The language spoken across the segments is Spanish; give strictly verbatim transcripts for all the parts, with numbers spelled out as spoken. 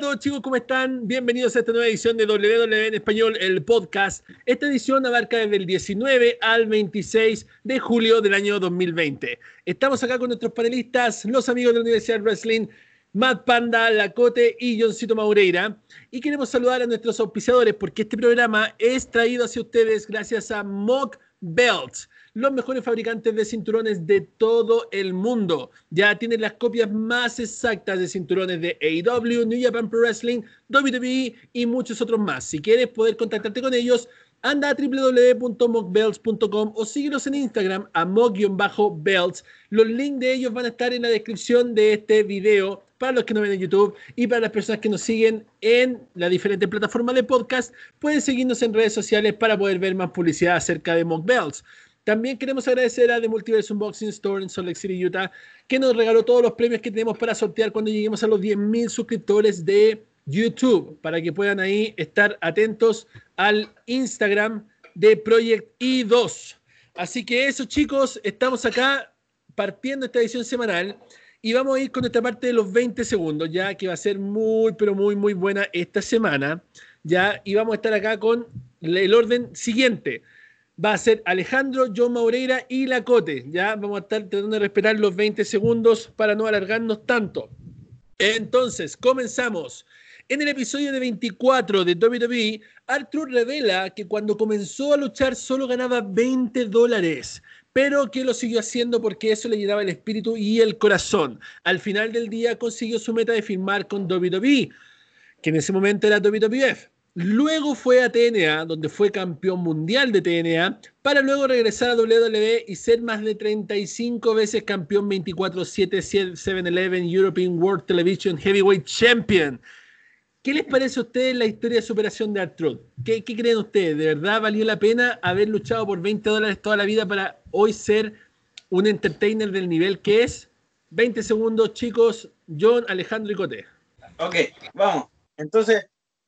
todos, chicos, ¿cómo están? Bienvenidos a esta nueva edición de doble u doble u E en Español, el podcast. Esta edición abarca desde el diecinueve al veintiséis de julio del año dos mil veinte. Estamos acá con nuestros panelistas, los amigos de la Universidad de Wrestling, Matt Panda, Lacote y Johncito Maureira. Y queremos saludar a nuestros auspiciadores porque este programa es traído hacia ustedes gracias a Mock Belts, los mejores fabricantes de cinturones de todo el mundo. Ya tienen las copias más exactas de cinturones de A E W, New Japan Pro Wrestling, W W E y muchos otros más. Si quieres poder contactarte con ellos, anda a doble u doble u doble u punto mock belts punto com o síguelos en Instagram a mock-belts. Los links de ellos van a estar en la descripción de este video para los que no ven en YouTube, y para las personas que nos siguen en las diferentes plataformas de podcast, pueden seguirnos en redes sociales para poder ver más publicidad acerca de Mock Belts. También queremos agradecer a The Multiverse Unboxing Store en Salt Lake City, Utah, que nos regaló todos los premios que tenemos para sortear cuando lleguemos a los diez mil suscriptores de YouTube, para que puedan ahí estar atentos al Instagram de Project I dos. Así que eso, chicos, estamos acá partiendo esta edición semanal y vamos a ir con esta parte de los veinte segundos, ya que va a ser muy, pero muy, muy buena esta semana, ya, y vamos a estar acá con el orden siguiente. Va a ser Alejandro, John Maureira y Lacote. Ya vamos a estar tratando de respetar los veinte segundos para no alargarnos tanto. Entonces, comenzamos. En el episodio de veinticuatro de W W E, R-Truth revela que cuando comenzó a luchar solo ganaba veinte dólares, pero que lo siguió haciendo porque eso le llenaba el espíritu y el corazón. Al final del día consiguió su meta de firmar con W W E, que en ese momento era W W F. Luego fue a T N A, donde fue campeón mundial de T N A, para luego regresar a W W E y ser más de treinta y cinco veces campeón veinticuatro siete siete eleven European World Television Heavyweight Champion. ¿Qué les parece a ustedes la historia de superación de R-Truth? ¿Qué, ¿Qué creen ustedes? ¿De verdad valió la pena haber luchado por veinte dólares toda la vida para hoy ser un entertainer del nivel que es? veinte segundos, chicos. John, Alejandro y Cote. Ok, vamos. Entonces,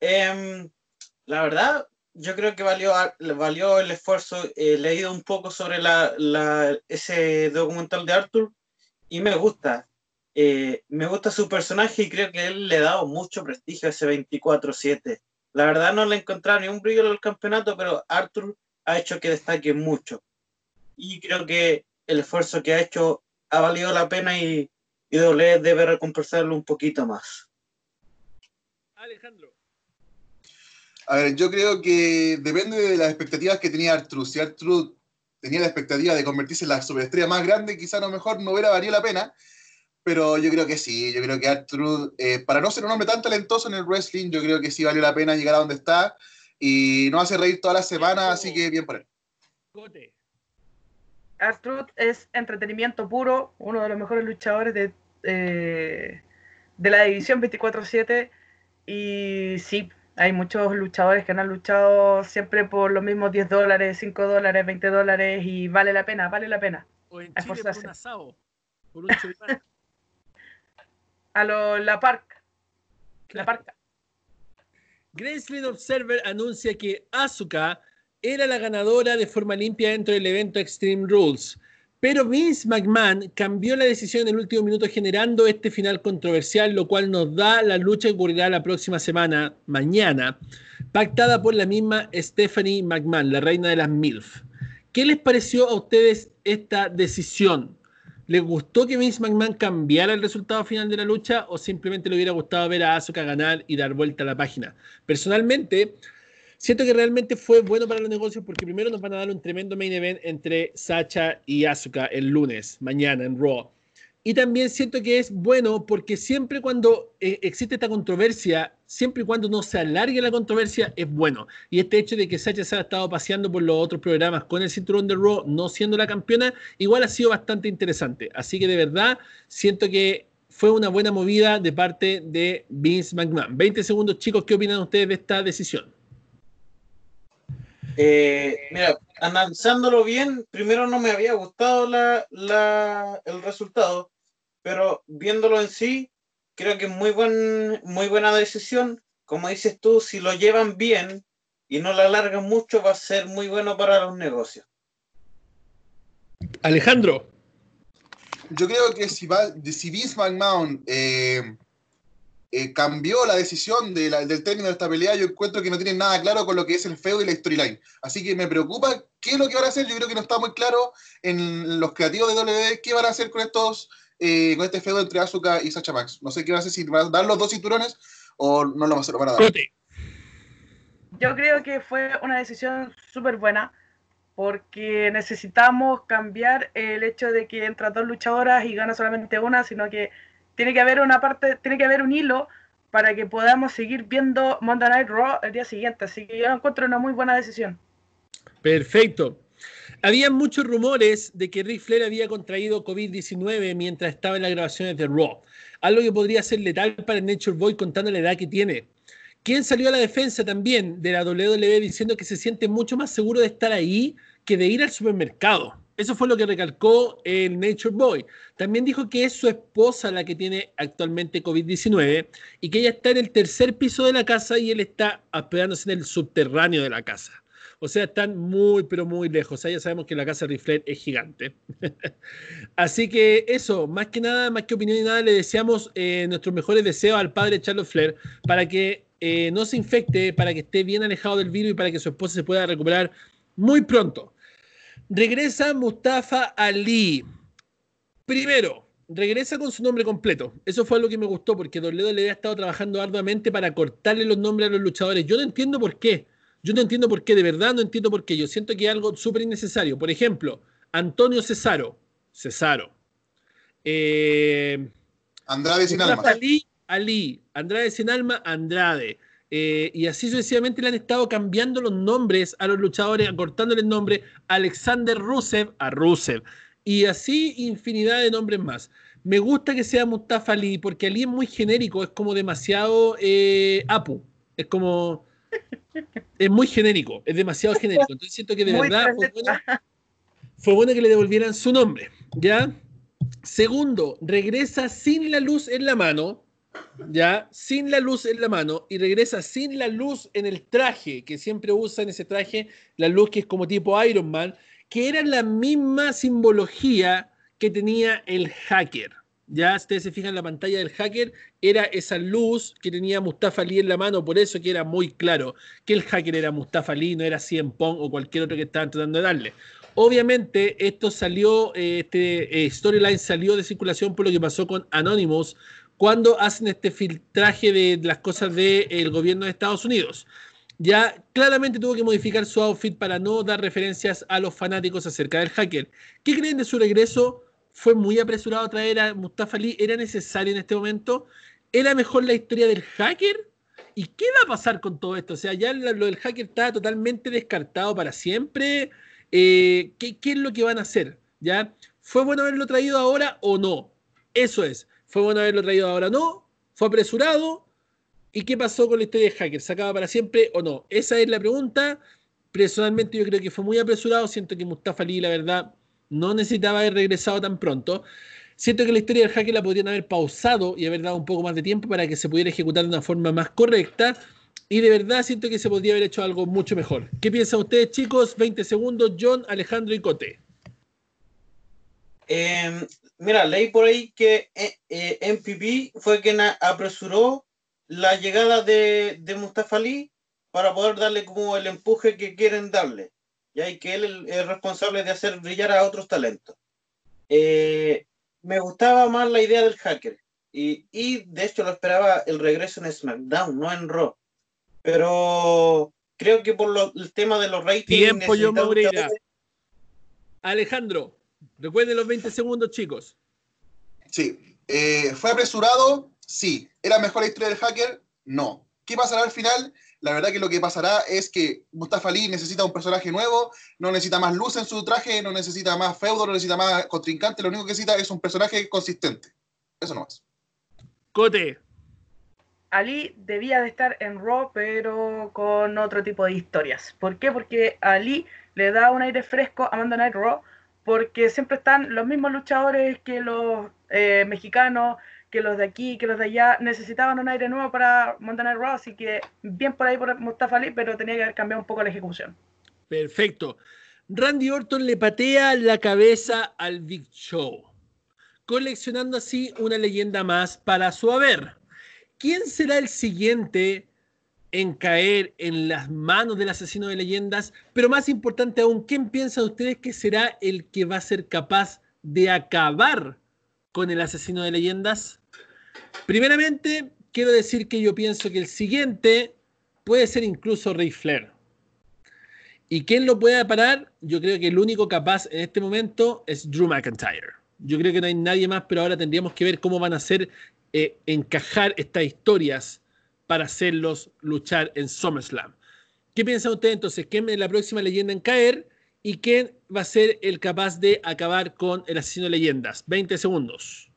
eh, la verdad, yo creo que valió, valió el esfuerzo. He leído un poco sobre la, la, ese documental de R-Truth y me gusta. Eh, me gusta su personaje y creo que él le ha dado mucho prestigio a ese veinticuatro siete. La verdad no le he encontrado ni un brillo en el campeonato, pero R-Truth ha hecho que destaque mucho. Y creo que el esfuerzo que ha hecho ha valido la pena y, y W debe recompensarlo un poquito más. Alejandro. A ver, yo creo que depende de las expectativas que tenía R-Truth. Si R-Truth tenía la expectativa de convertirse en la superestrella más grande, quizá a lo mejor no hubiera valido la pena, pero yo creo que sí. Yo creo que R-Truth, eh, para no ser un hombre tan talentoso en el wrestling, yo creo que sí valió la pena llegar a donde está y nos hace reír todas las semanas, así que bien por él. R-Truth es entretenimiento puro, uno de los mejores luchadores de, eh, de la división veinticuatro siete, y sí, hay muchos luchadores que han luchado siempre por los mismos diez dólares, cinco dólares, veinte dólares, y vale la pena, vale la pena. O en Chile por un asado, por un choripán. A lo, la parca. La parca. Wrestling Observer anuncia que Asuka era la ganadora de forma limpia dentro del evento Extreme Rules, pero Vince McMahon cambió la decisión en el último minuto, generando este final controversial, lo cual nos da la lucha que ocurrirá la próxima semana, mañana, pactada por la misma Stephanie McMahon, la reina de las MILF. ¿Qué les pareció a ustedes esta decisión? ¿Les gustó que Vince McMahon cambiara el resultado final de la lucha o simplemente le hubiera gustado ver a Asuka ganar y dar vuelta a la página? Personalmente, siento que realmente fue bueno para los negocios porque primero nos van a dar un tremendo main event entre Sacha y Asuka el lunes, mañana en Raw. Y también siento que es bueno porque siempre cuando eh, existe esta controversia, siempre y cuando no se alargue la controversia, es bueno. Y este hecho de que Sacha se ha estado paseando por los otros programas con el cinturón de Raw, no siendo la campeona, igual ha sido bastante interesante. Así que de verdad, siento que fue una buena movida de parte de Vince McMahon. veinte segundos, chicos, ¿qué opinan ustedes de esta decisión? Eh, mira, analizándolo bien, primero no me había gustado la, la, el resultado, pero viéndolo en sí, creo que es muy, buen, muy buena decisión. Como dices tú, si lo llevan bien y no la alargan mucho, va a ser muy bueno para los negocios. Alejandro. Yo creo que si, va, si Vince McMahon eh, eh, cambió la decisión de la, del término de esta pelea. Yo encuentro que no tienen nada claro con lo que es el feudo y la storyline. Así que me preocupa qué es lo que van a hacer. Yo creo que no está muy claro en los creativos de W W E qué van a hacer con estos eh, con este feudo entre Asuka y Sasha Banks. No sé qué van a hacer, si van a dar los dos cinturones o no lo van a dar. Yo creo que fue una decisión súper buena, porque necesitamos cambiar el hecho de que entra dos luchadoras y gana solamente una, sino que tiene que haber una parte, tiene que haber un hilo para que podamos seguir viendo Monday Night Raw el día siguiente. Así que yo encuentro una muy buena decisión. Perfecto. Había muchos rumores de que Ric Flair había contraído COVID diecinueve mientras estaba en las grabaciones de Raw, algo que podría ser letal para el Nature Boy contando la edad que tiene. Quien salió a la defensa también de la W W E diciendo que se siente mucho más seguro de estar ahí que de ir al supermercado. Eso fue lo que recalcó el Nature Boy. También dijo que es su esposa la que tiene actualmente COVID diecinueve y que ella está en el tercer piso de la casa y él está hospedándose en el subterráneo de la casa. O sea, están muy, pero muy lejos. O sea, ya sabemos que la casa de Ric Flair es gigante. Así que eso, más que nada, más que opinión y nada, le deseamos eh, nuestros mejores deseos al padre Charlotte Flair para que eh, no se infecte, para que esté bien alejado del virus y para que su esposa se pueda recuperar muy pronto. Regresa Mustafa Ali. Primero, regresa con su nombre completo. Eso fue algo que me gustó porque W W E ha estado trabajando arduamente para cortarle los nombres a los luchadores. Yo no entiendo por qué. Yo no entiendo por qué, de verdad no entiendo por qué. Yo siento que es algo súper innecesario. Por ejemplo, Antonio Cesaro. Cesaro. Eh, Andrade sin alma. Ali, Ali. Andrade sin alma, Andrade. Eh, y así sucesivamente le han estado cambiando los nombres a los luchadores, acortándole el nombre. Alexander Rusev a Rusev. Y así infinidad de nombres más. Me gusta que sea Mustafa Ali, porque Ali es muy genérico, es como demasiado eh, Apu. Es como... Es muy genérico, es demasiado genérico. Entonces siento que de Muy verdad fue bueno, fue bueno que le devolvieran su nombre, ¿ya? Segundo, regresa sin la luz en la mano, ¿ya? Sin la luz en la mano y regresa sin la luz en el traje, que siempre usa en ese traje la luz que es como tipo Iron Man, que era la misma simbología que tenía el hacker. Ya, ustedes se fijan en la pantalla del hacker, era esa luz que tenía Mustafa Ali en la mano, por eso que era muy claro que el hacker era Mustafa Ali, no era C M Punk o cualquier otro que estaban tratando de darle. Obviamente, esto salió, eh, este eh, storyline salió de circulación por lo que pasó con Anonymous cuando hacen este filtraje de las cosas del gobierno de Estados Unidos. Ya claramente tuvo que modificar su outfit para no dar referencias a los fanáticos acerca del hacker. ¿Qué creen de su regreso? ¿Fue muy apresurado traer a Mustafa Ali? ¿Era necesario en este momento? ¿Era mejor la historia del hacker? ¿Y qué va a pasar con todo esto? O sea, ya lo del hacker está totalmente descartado para siempre. Eh, ¿qué, ¿Qué es lo que van a hacer? ¿Ya? ¿Fue bueno haberlo traído ahora o no? Eso es. ¿Fue bueno haberlo traído ahora o no? ¿Fue apresurado? ¿Y qué pasó con la historia del hacker? ¿Se acaba para siempre o no? Esa es la pregunta. Personalmente yo creo que fue muy apresurado. Siento que Mustafa Ali, la verdad... no necesitaba haber regresado tan pronto. Siento que la historia del hacker la podrían haber pausado y haber dado un poco más de tiempo para que se pudiera ejecutar de una forma más correcta. Y de verdad siento que se podría haber hecho algo mucho mejor. ¿Qué piensan ustedes, chicos? veinte segundos, John, Alejandro y Cote. Eh, mira, leí por ahí que eh, eh, M P P fue quien apresuró la llegada de, de Mustafa Ali para poder darle como el empuje que quieren darle. Y hay que él es responsable de hacer brillar a otros talentos. Eh, me gustaba más la idea del hacker. Y, y de hecho lo esperaba el regreso en SmackDown, no en Raw. Pero creo que por lo, el tema de los ratings... Tiempo, John Moreira. Alejandro, recuerden los veinte segundos, chicos. Sí. Eh, ¿Fue apresurado? Sí. ¿Era mejor la historia del hacker? No. ¿Qué pasará al final? La verdad que lo que pasará es que Mustafa Ali necesita un personaje nuevo, no necesita más luz en su traje, no necesita más feudo, no necesita más contrincante, lo único que necesita es un personaje consistente. Eso nomás. Cote. Ali debía de estar en Raw, pero con otro tipo de historias. ¿Por qué? Porque Ali le da un aire fresco a Monday Night Raw, porque siempre están los mismos luchadores que los eh, mexicanos, que los de aquí, que los de allá, necesitaban un aire nuevo para Monday Night Raw, así que bien por ahí por Mustafa Ali, pero tenía que haber cambiado un poco la ejecución. Perfecto. Randy Orton le patea la cabeza al Big Show, coleccionando así una leyenda más para su haber. ¿quién será el siguiente en caer en las manos del asesino de leyendas? Pero más importante aún, ¿quién piensan ustedes que será el que va a ser capaz de acabar con el asesino de leyendas? Primeramente, quiero decir que yo pienso que el siguiente puede ser incluso Ric Flair. ¿Y quién lo puede parar? Yo creo que el único capaz en este momento es Drew McIntyre. Yo creo que no hay nadie más, pero ahora tendríamos que ver cómo van a hacer eh, encajar estas historias para hacerlos luchar en SummerSlam. ¿Qué piensan ustedes entonces? ¿Quién es la próxima leyenda en caer? ¿Y quién va a ser el capaz de acabar con el asesino de leyendas? veinte segundos.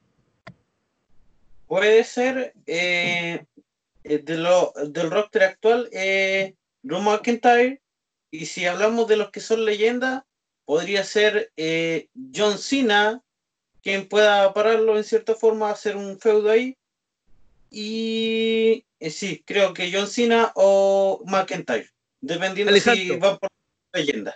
Puede ser eh, de lo, del roster actual, eh, Drew McIntyre. Y si hablamos de los que son leyendas, podría ser eh, John Cena, quien pueda pararlo en cierta forma, hacer un feudo ahí. Y eh, sí, creo que John Cena o McIntyre, dependiendo Alejandro. si van por leyenda.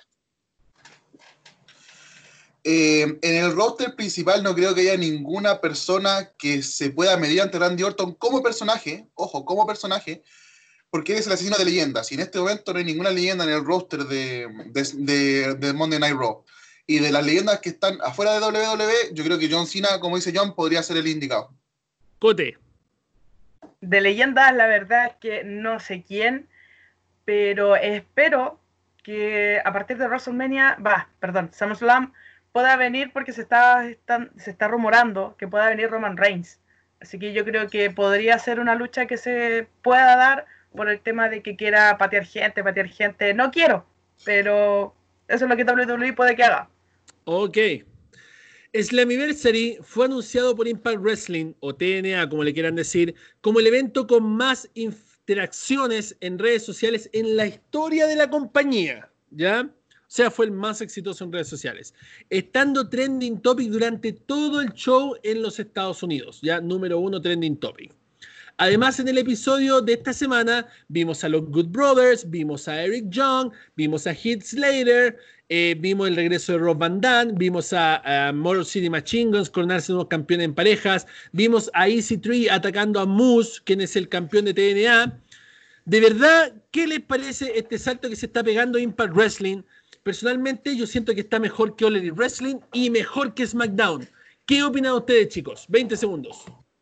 Eh, en el roster principal no creo que haya ninguna persona que se pueda medir ante Randy Orton como personaje, ojo, como personaje, porque él es el asesino de leyendas, y en este momento no hay ninguna leyenda en el roster de, de, de, de Monday Night Raw. Y de las leyendas que están afuera de doble u doble u E, yo creo que John Cena, como dice John, podría ser el indicado. Cote. De leyendas, la verdad es que no sé quién, pero espero que a partir de WrestleMania, va, perdón, SummerSlam, pueda venir, porque se está, está, se está rumorando que pueda venir Roman Reigns. Así que yo creo que podría ser una lucha que se pueda dar por el tema de que quiera patear gente, patear gente. No quiero, pero eso es lo que doble u doble u E puede que haga. Ok. Slammiversary fue anunciado por Impact Wrestling, o T N A como le quieran decir, como el evento con más interacciones en redes sociales en la historia de la compañía, ¿ya? O sea, fue el más exitoso en redes sociales, estando trending topic durante todo el show en los Estados Unidos, ya número uno trending topic. Además, en el episodio de esta semana vimos a los Good Brothers, vimos a Eric Young, vimos a Heath Slater, eh, vimos el regreso de Rob Van Dam, vimos a, a Motor City Machine Guns coronarse nuevos campeones en parejas, vimos a E C tres atacando a Moose, quien es el campeón de T N A. De verdad, ¿qué les parece este salto que se está pegando Impact Wrestling? Personalmente, yo siento que está mejor que All Elite Wrestling y mejor que SmackDown. ¿Qué opinan ustedes, chicos? veinte segundos.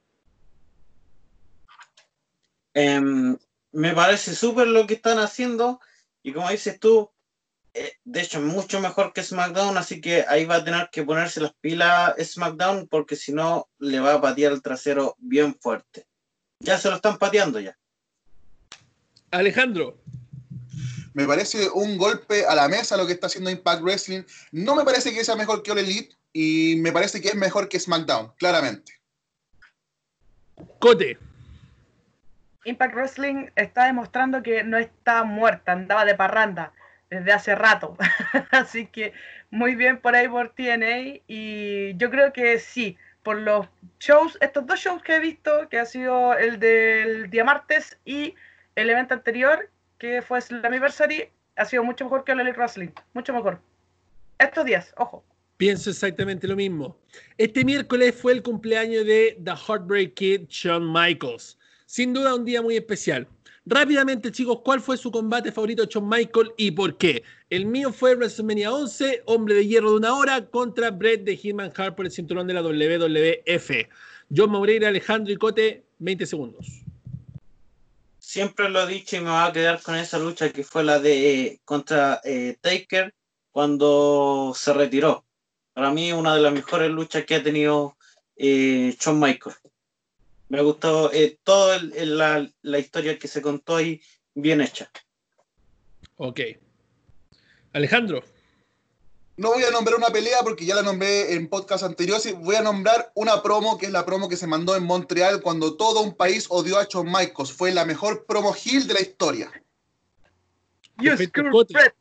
Eh, me parece súper lo que están haciendo, y como dices tú, eh, de hecho mucho mejor que SmackDown, así que ahí va a tener que ponerse las pilas SmackDown, porque si no le va a patear el trasero bien fuerte. Ya se lo están pateando ya. Alejandro. Me parece un golpe a la mesa lo que está haciendo Impact Wrestling. No me parece que sea mejor que All Elite, y me parece que es mejor que SmackDown, claramente. Cote. Impact Wrestling está demostrando que no está muerta, andaba de parranda desde hace rato. Así que muy bien por ahí por T N A. Y yo creo que sí, por los shows, estos dos shows que he visto, que ha sido el del día martes y el evento anterior, que fue Slammiversary, ha sido mucho mejor que el Elite Wrestling. Mucho mejor. Estos días, ojo. Pienso exactamente lo mismo. Este miércoles fue el cumpleaños de The Heartbreak Kid, Shawn Michaels. Sin duda un día muy especial. Rápidamente, chicos, ¿cuál fue su combate favorito de Shawn Michaels y por qué? El mío fue WrestleMania once, hombre de hierro de una hora contra Bret de Hitman Hart por el cinturón de la W W F. John Moreira, Alejandro y Cote, veinte segundos. Siempre lo he dicho y me va a quedar con esa lucha que fue la de eh, contra eh, Taker cuando se retiró. Para mí una de las mejores luchas que ha tenido eh, Shawn Michaels. Me gustó eh, toda la, la historia que se contó ahí, bien hecha. Ok. Alejandro. No voy a nombrar una pelea porque ya la nombré en podcast anteriores. Voy a nombrar una promo, que es la promo que se mandó en Montreal cuando todo un país odió a Shawn Michaels. Fue la mejor promo heel de la historia. Yes, Bret.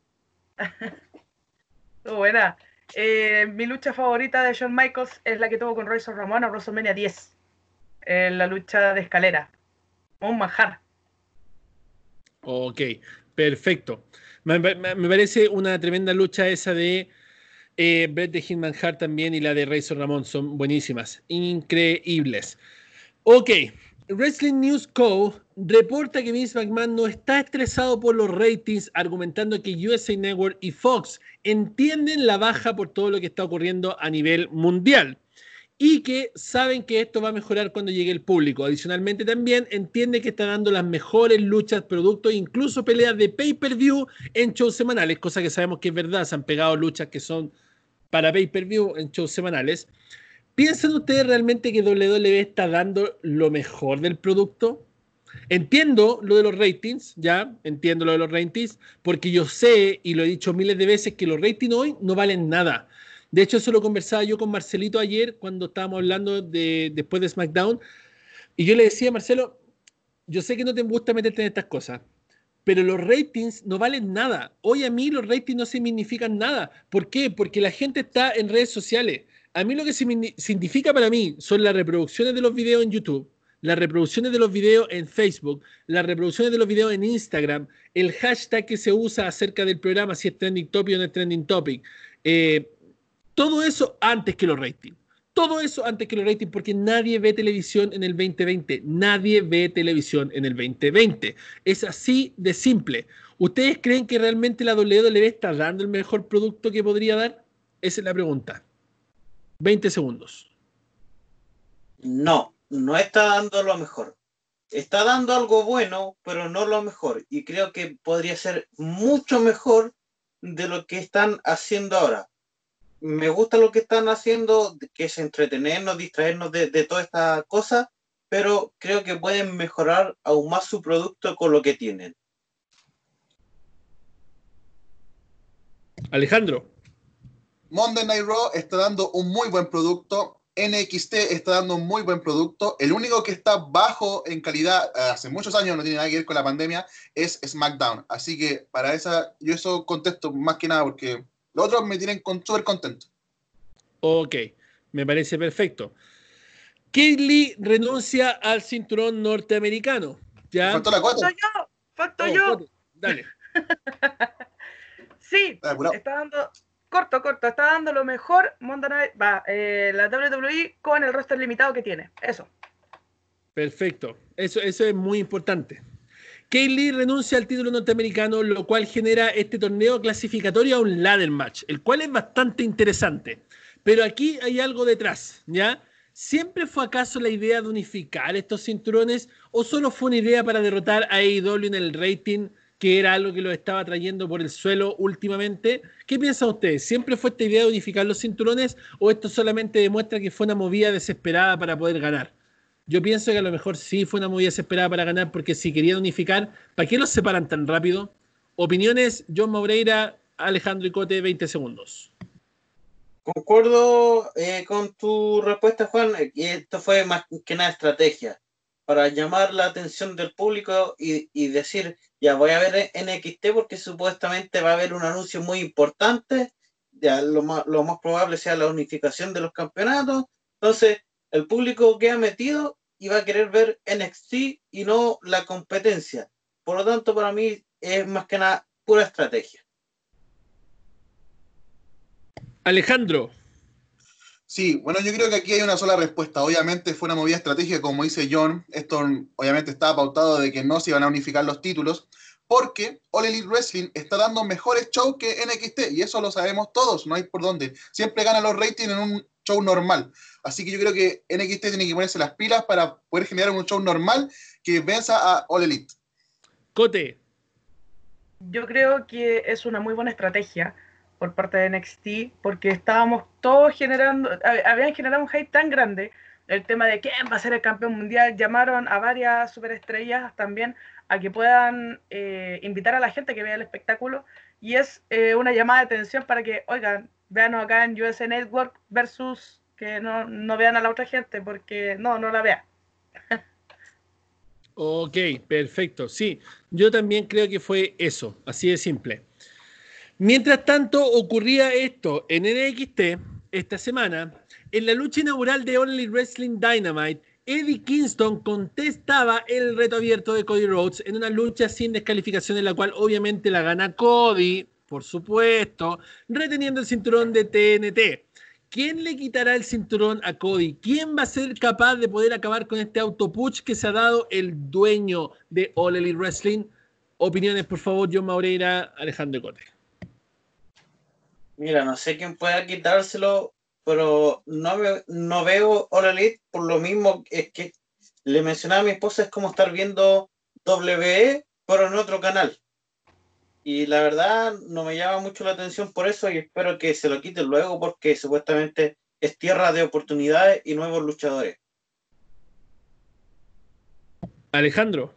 Buena. Eh, mi lucha favorita de Shawn Michaels es la que tuvo con Razor Ramón a WrestleMania diez. Eh, la lucha de escalera. Un manjar. Ok, perfecto. Me, me, me parece una tremenda lucha esa de eh, Bret de Hitman Hart también, y la de Razor Ramón. Son buenísimas, increíbles. Ok, Wrestling News Co. reporta que Vince McMahon no está estresado por los ratings, argumentando que U S A Network y Fox entienden la baja por todo lo que está ocurriendo a nivel mundial y que saben que esto va a mejorar cuando llegue el público. Adicionalmente también entiende que está dando las mejores luchas, productos, incluso peleas de pay-per-view en shows semanales, cosa que sabemos que es verdad, se han pegado luchas que son para pay-per-view en shows semanales. ¿Piensan ustedes realmente que doble u doble u E está dando lo mejor del producto? Entiendo lo de los ratings, ya, entiendo lo de los ratings, porque yo sé, y lo he dicho miles de veces, que los ratings hoy no valen nada. De hecho, eso lo conversaba yo con Marcelito ayer cuando estábamos hablando de después de SmackDown, y yo le decía, Marcelo, yo sé que no te gusta meterte en estas cosas, pero los ratings no valen nada. Hoy a mí los ratings no significan nada. ¿Por qué? Porque la gente está en redes sociales. A mí lo que significa para mí son las reproducciones de los videos en YouTube, las reproducciones de los videos en Facebook, las reproducciones de los videos en Instagram, el hashtag que se usa acerca del programa, si es trending topic o no es trending topic. Eh, todo eso antes que los ratings. Todo eso antes que los ratings, porque nadie ve televisión en el veinte veinte. Nadie ve televisión en el veinte veinte. Es así de simple. ¿Ustedes creen que realmente la doble u doble u E está dando el mejor producto que podría dar? Esa es la pregunta. veinte segundos. No, no está dando lo mejor. Está dando algo bueno, pero no lo mejor. Y creo que podría ser mucho mejor de lo que están haciendo ahora. Me gusta lo que están haciendo, que es entretenernos, distraernos de, de toda esta cosa, pero creo que pueden mejorar aún más su producto con lo que tienen. Alejandro. Monday Night Raw está dando un muy buen producto. N X T está dando un muy buen producto. El único que está bajo en calidad, hace muchos años, no tiene nada que ver con la pandemia, es SmackDown. Así que para esa, yo eso contesto más que nada porque los otros me tienen con, súper contento. Ok, me parece perfecto. Kaylee renuncia al cinturón norteamericano. ¿Ya? Faltó la cuatro. Falto yo, falto Oh, yo. cuatro. Dale. Sí, Ah, apurado. está dando, corto, corto, está dando lo mejor Monday Night, va, eh, la doble u doble u E con el roster limitado que tiene. Eso. Perfecto. Eso, eso es muy importante. Kaylee renuncia al título norteamericano, lo cual genera este torneo clasificatorio a un ladder match, el cual es bastante interesante. Pero aquí hay algo detrás, ¿ya? ¿Siempre fue acaso la idea de unificar estos cinturones o solo fue una idea para derrotar a A E W en el rating, que era algo que lo estaba trayendo por el suelo últimamente? ¿Qué piensan ustedes? ¿Siempre fue esta idea de unificar los cinturones o esto solamente demuestra que fue una movida desesperada para poder ganar? Yo pienso que a lo mejor sí fue una movida desesperada para ganar, porque si querían unificar, ¿para qué los separan tan rápido? Opiniones, John Moreira, Alejandro Icote, veinte segundos. Concuerdo eh, con tu respuesta, Juan, y esto fue más que nada estrategia, para llamar la atención del público y, y decir, ya voy a ver N X T porque supuestamente va a haber un anuncio muy importante, ya lo más, lo más probable sea la unificación de los campeonatos, entonces el público queda metido y va a querer ver N X T y no la competencia. Por lo tanto, para mí es más que nada pura estrategia. Alejandro. Sí, bueno, yo creo que aquí hay una sola respuesta. Obviamente fue una movida estratégica, como dice John. Esto obviamente estaba pautado de que no se iban a unificar los títulos, porque All Elite Wrestling está dando mejores shows que N X T, y eso lo sabemos todos, no hay por dónde. Siempre gana los ratings en un show normal. Así que yo creo que N X T tiene que ponerse las pilas para poder generar un show normal que venza a All Elite. Cote. Yo creo que es una muy buena estrategia por parte de N X T, porque estábamos todos generando, habían generado un hype tan grande, el tema de quién va a ser el campeón mundial, llamaron a varias superestrellas también a que puedan eh, invitar a la gente que vea el espectáculo, y es eh, una llamada de atención para que, oigan, véanos acá en U S A Network versus que no, no vean a la otra gente, porque no, no la vean. Ok, perfecto. Sí, yo también creo que fue eso, así de simple. Mientras tanto, ocurría esto en N X T esta semana. En la lucha inaugural de All Elite Wrestling Dynamite, Eddie Kingston contestaba el reto abierto de Cody Rhodes en una lucha sin descalificación, en la cual obviamente la gana Cody, por supuesto, reteniendo el cinturón de T N T. ¿Quién le quitará el cinturón a Cody? ¿Quién va a ser capaz de poder acabar con este autopush que se ha dado el dueño de All Elite Wrestling? Opiniones, por favor, John Moreira, Alejandro Cote. Mira, no sé quién pueda quitárselo, pero no, ve, no veo All Elite por lo mismo. Es que le mencionaba a mi esposa, es como estar viendo W E, pero en otro canal. Y la verdad no me llama mucho la atención por eso y espero que se lo quiten luego porque supuestamente es tierra de oportunidades y nuevos luchadores. Alejandro.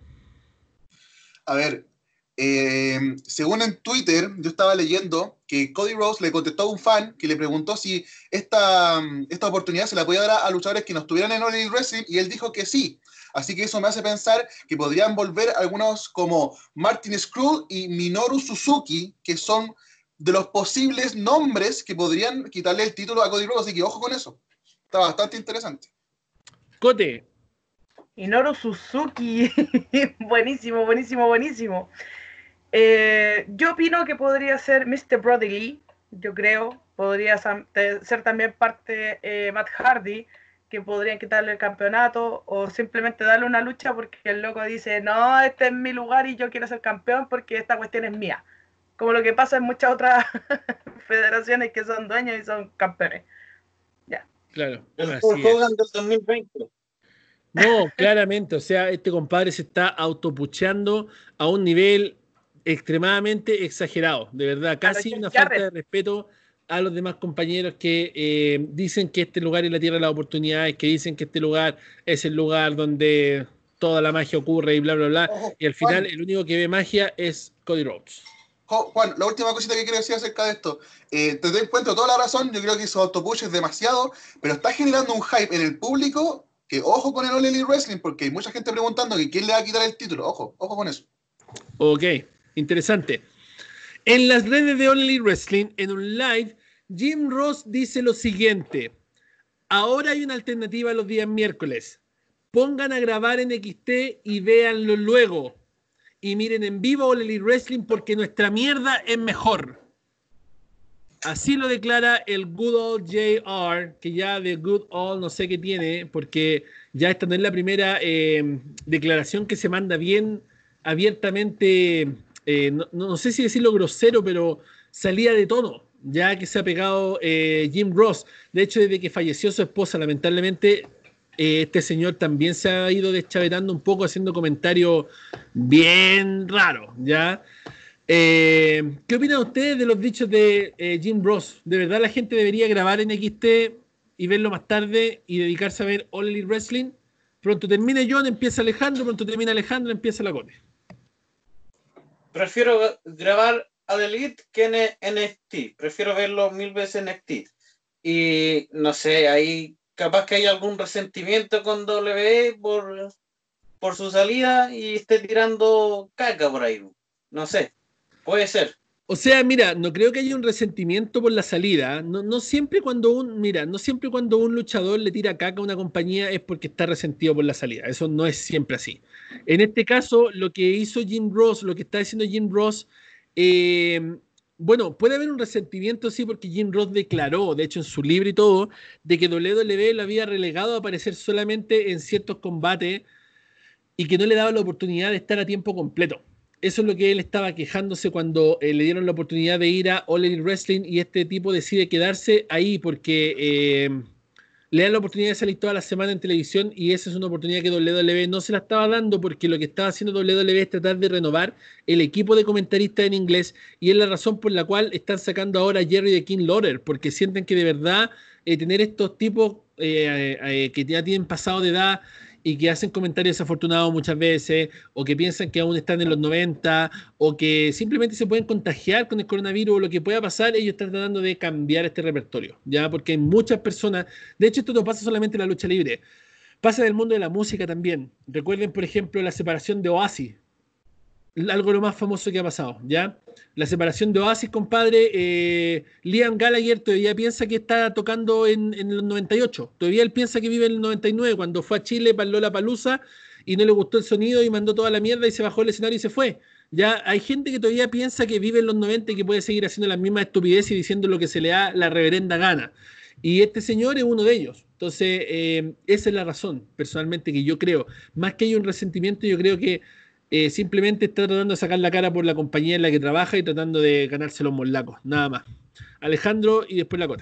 A ver, eh, según en Twitter, yo estaba leyendo que Cody Rhodes le contestó a un fan que le preguntó si esta, esta oportunidad se la podía dar a, a luchadores que no estuvieran en All Elite Wrestling y él dijo que sí. Así que eso me hace pensar que podrían volver algunos como Martin Scurll y Minoru Suzuki, que son de los posibles nombres que podrían quitarle el título a Cody Rhodes. Así que ojo con eso. Está bastante interesante. Cote. Minoru Suzuki. Buenísimo, buenísimo, buenísimo. Eh, yo opino que podría ser mister Brody Lee. Yo creo. Podría ser también parte eh, Matt Hardy, que podrían quitarle el campeonato o simplemente darle una lucha porque el loco dice, no, este es mi lugar y yo quiero ser campeón porque esta cuestión es mía. Como lo que pasa en muchas otras federaciones que son dueños y son campeones. Ya. Claro. El Hulk Hogan del dos mil veinte. No, claramente, o sea, este compadre se está autopucheando a un nivel extremadamente exagerado, de verdad, casi una falta de respeto a los demás compañeros que eh, dicen que este lugar es la tierra de las oportunidades, que dicen que este lugar es el lugar donde toda la magia ocurre y bla, bla, bla. Ojo, y al final Juan, el único que ve magia es Cody Rhodes. Juan, la última cosita que quiero decir acerca de esto. Eh, te doy cuenta toda la razón, yo creo que su autopush es demasiado, pero está generando un hype en el público que ojo con el All Elite Wrestling, porque hay mucha gente preguntando que quién le va a quitar el título. Ojo, ojo con eso. Ok, interesante. En las redes de All Elite Wrestling, en un live, Jim Ross dice lo siguiente. Ahora hay una alternativa los días miércoles. Pongan a grabar en X T y véanlo luego. Y miren en vivo All Elite Wrestling porque nuestra mierda es mejor. Así lo declara el Good Old J R, que ya de Good Old no sé qué tiene, porque ya esta no es la primera eh, declaración que se manda bien abiertamente... Eh, no, no sé si decirlo grosero, pero salía de tono, ya que se ha pegado eh, Jim Ross. De hecho, desde que falleció su esposa, lamentablemente, eh, este señor también se ha ido deschavetando un poco, haciendo comentarios bien raros, ¿ya? Eh, ¿Qué opinan ustedes de los dichos de eh, Jim Ross? ¿De verdad la gente debería grabar en X T y verlo más tarde y dedicarse a ver All Elite Wrestling? Pronto termina John, empieza Alejandro, pronto termina Alejandro, empieza la Cote. Prefiero grabar All Elite que en N X T. Prefiero verlo mil veces en N X T. Y no sé, ahí capaz que hay algún resentimiento con W por, por su salida y esté tirando caca por ahí. No sé, puede ser. O sea, mira, no creo que haya un resentimiento por la salida. No, no siempre cuando un, mira, no siempre cuando un luchador le tira caca a una compañía es porque está resentido por la salida. Eso no es siempre así. En este caso, lo que hizo Jim Ross, lo que está haciendo Jim Ross, eh, bueno, puede haber un resentimiento, sí, porque Jim Ross declaró, de hecho en su libro y todo, de que W W E lo había relegado a aparecer solamente en ciertos combates y que no le daba la oportunidad de estar a tiempo completo. Eso es lo que él estaba quejándose cuando eh, le dieron la oportunidad de ir a All Elite Wrestling y este tipo decide quedarse ahí porque eh, le dan la oportunidad de salir toda la semana en televisión y esa es una oportunidad que W W E no se la estaba dando porque lo que estaba haciendo W W E es tratar de renovar el equipo de comentaristas en inglés y es la razón por la cual están sacando ahora a Jerry the King Lawler porque sienten que de verdad eh, tener estos tipos eh, eh, que ya tienen pasado de edad y que hacen comentarios desafortunados muchas veces, o que piensan que aún están en los noventa, o que simplemente se pueden contagiar con el coronavirus, o lo que pueda pasar, ellos están tratando de cambiar este repertorio, ¿ya? Porque hay muchas personas, de hecho esto no pasa solamente en la lucha libre, pasa en el mundo de la música también. Recuerden, por ejemplo, la separación de Oasis, algo lo más famoso que ha pasado, ¿ya? La separación de Oasis, compadre, eh, Liam Gallagher todavía piensa que está tocando en, en los noventa y ocho, todavía él piensa que vive en el noventa y nueve, cuando fue a Chile para Lollapalooza y no le gustó el sonido y mandó toda la mierda y se bajó del escenario y se fue. Ya hay gente que todavía piensa que vive en los noventa y que puede seguir haciendo las mismas estupideces y diciendo lo que se le da la reverenda gana. Y este señor es uno de ellos. Entonces, eh, esa es la razón, personalmente, que yo creo. Más que hay un resentimiento, yo creo que eh, simplemente está tratando de sacar la cara por la compañía en la que trabaja y tratando de ganarse los morlacos, nada más. Alejandro y después la Cote.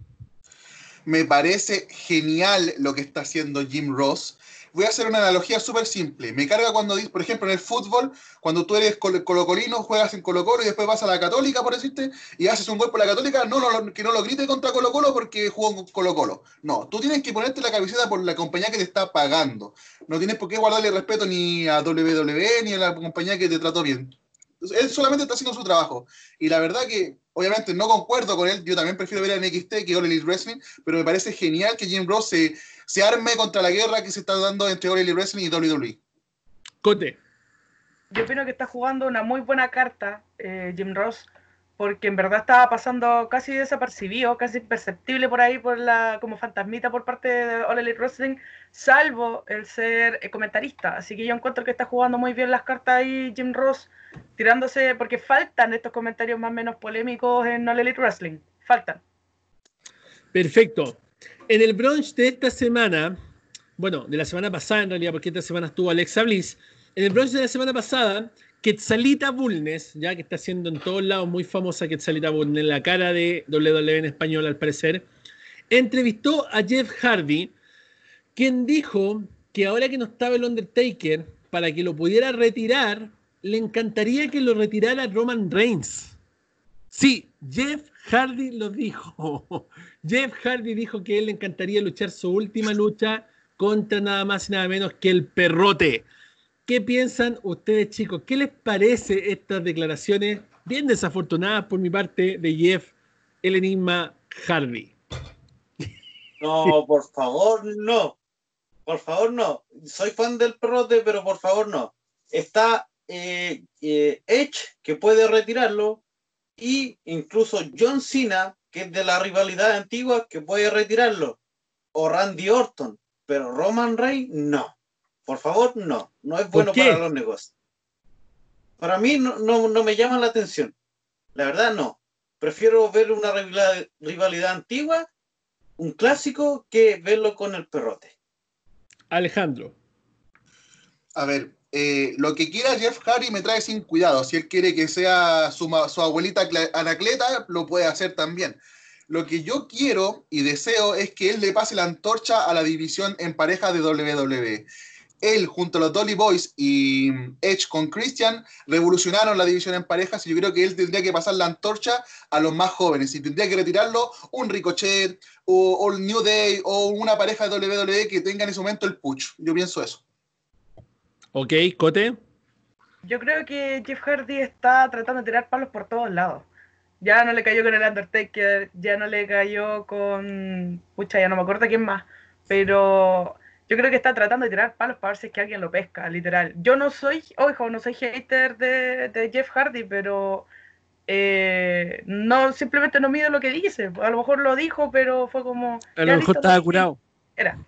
Me parece genial lo que está haciendo Jim Ross. Voy a hacer una analogía súper simple. Me carga cuando, por ejemplo, en el fútbol, cuando tú eres colocolino, juegas en Colo-Colo y después vas a la Católica, por decirte, y haces un gol por la Católica, no, no, que no lo grite contra Colo-Colo porque jugó en Colo-Colo. No, tú tienes que ponerte la camiseta por la compañía que te está pagando. No tienes por qué guardarle respeto ni a doble u doble u E ni a la compañía que te trató bien. Él solamente está haciendo su trabajo. Y la verdad que, obviamente, no concuerdo con él. Yo también prefiero ver a N X T que All Elite Wrestling, pero me parece genial que Jim Ross se, se arme contra la guerra que se está dando entre All Elite Wrestling y doble u doble u E. Cote. Yo opino que está jugando una muy buena carta eh, Jim Ross, porque en verdad estaba pasando casi desapercibido, casi imperceptible por ahí, por la como fantasmita por parte de All Elite Wrestling, salvo el ser eh, comentarista. Así que yo encuentro que está jugando muy bien las cartas ahí Jim Ross, tirándose, porque faltan estos comentarios más o menos polémicos en All Elite Wrestling. Faltan. Perfecto. En el brunch de esta semana, bueno, de la semana pasada en realidad, porque esta semana estuvo Alexa Bliss, en el brunch de la semana pasada, Quetzalita Bulnes, ya que está siendo en todos lados muy famosa Quetzalita Bulnes, la cara de doble u doble u E en español al parecer, entrevistó a Jeff Hardy, quien dijo que ahora que no estaba el Undertaker, para que lo pudiera retirar, le encantaría que lo retirara Roman Reigns. Sí, Jeff Hardy lo dijo. Jeff Hardy dijo que él le encantaría luchar su última lucha contra nada más y nada menos que el Perrote. ¿Qué piensan ustedes, chicos? ¿Qué les parece estas declaraciones bien desafortunadas por mi parte de Jeff, el enigma Hardy? No, por favor, no. Por favor, no. Soy fan del Perrote, pero por favor, no. Está eh, eh, Edge, que puede retirarlo, y incluso John Cena, que es de la rivalidad antigua, que puede retirarlo, o Randy Orton, pero Roman Reigns, no. Por favor, no. No es bueno para los negocios. Para mí no, no, no me llama la atención. La verdad, no. Prefiero ver una rivalidad, rivalidad antigua, un clásico, que verlo con el Perrote. Alejandro. A ver, eh, lo que quiera Jeff Hardy me trae sin cuidado. Si él quiere que sea su, su abuelita Anacleta, lo puede hacer también. Lo que yo quiero y deseo es que él le pase la antorcha a la división en pareja de doble u doble u E. Él, junto a los Dolly Boys y Edge con Christian, revolucionaron la división en parejas y yo creo que él tendría que pasar la antorcha a los más jóvenes y tendría que retirarlo un Ricochet o, o el New Day o una pareja de doble u doble u E que tenga en ese momento el push. Yo pienso eso. Ok, Cote. Yo creo que Jeff Hardy está tratando de tirar palos por todos lados. Ya no le cayó con el Undertaker, ya no le cayó con... Pucha, ya no me acuerdo quién más, pero... Yo creo que está tratando de tirar palos para ver si es que alguien lo pesca, literal. Yo no soy, ojo, no soy hater de, de Jeff Hardy, pero eh, no, simplemente no mido lo que dice. A lo mejor lo dijo, pero fue como... A lo mejor estaba curado. Era.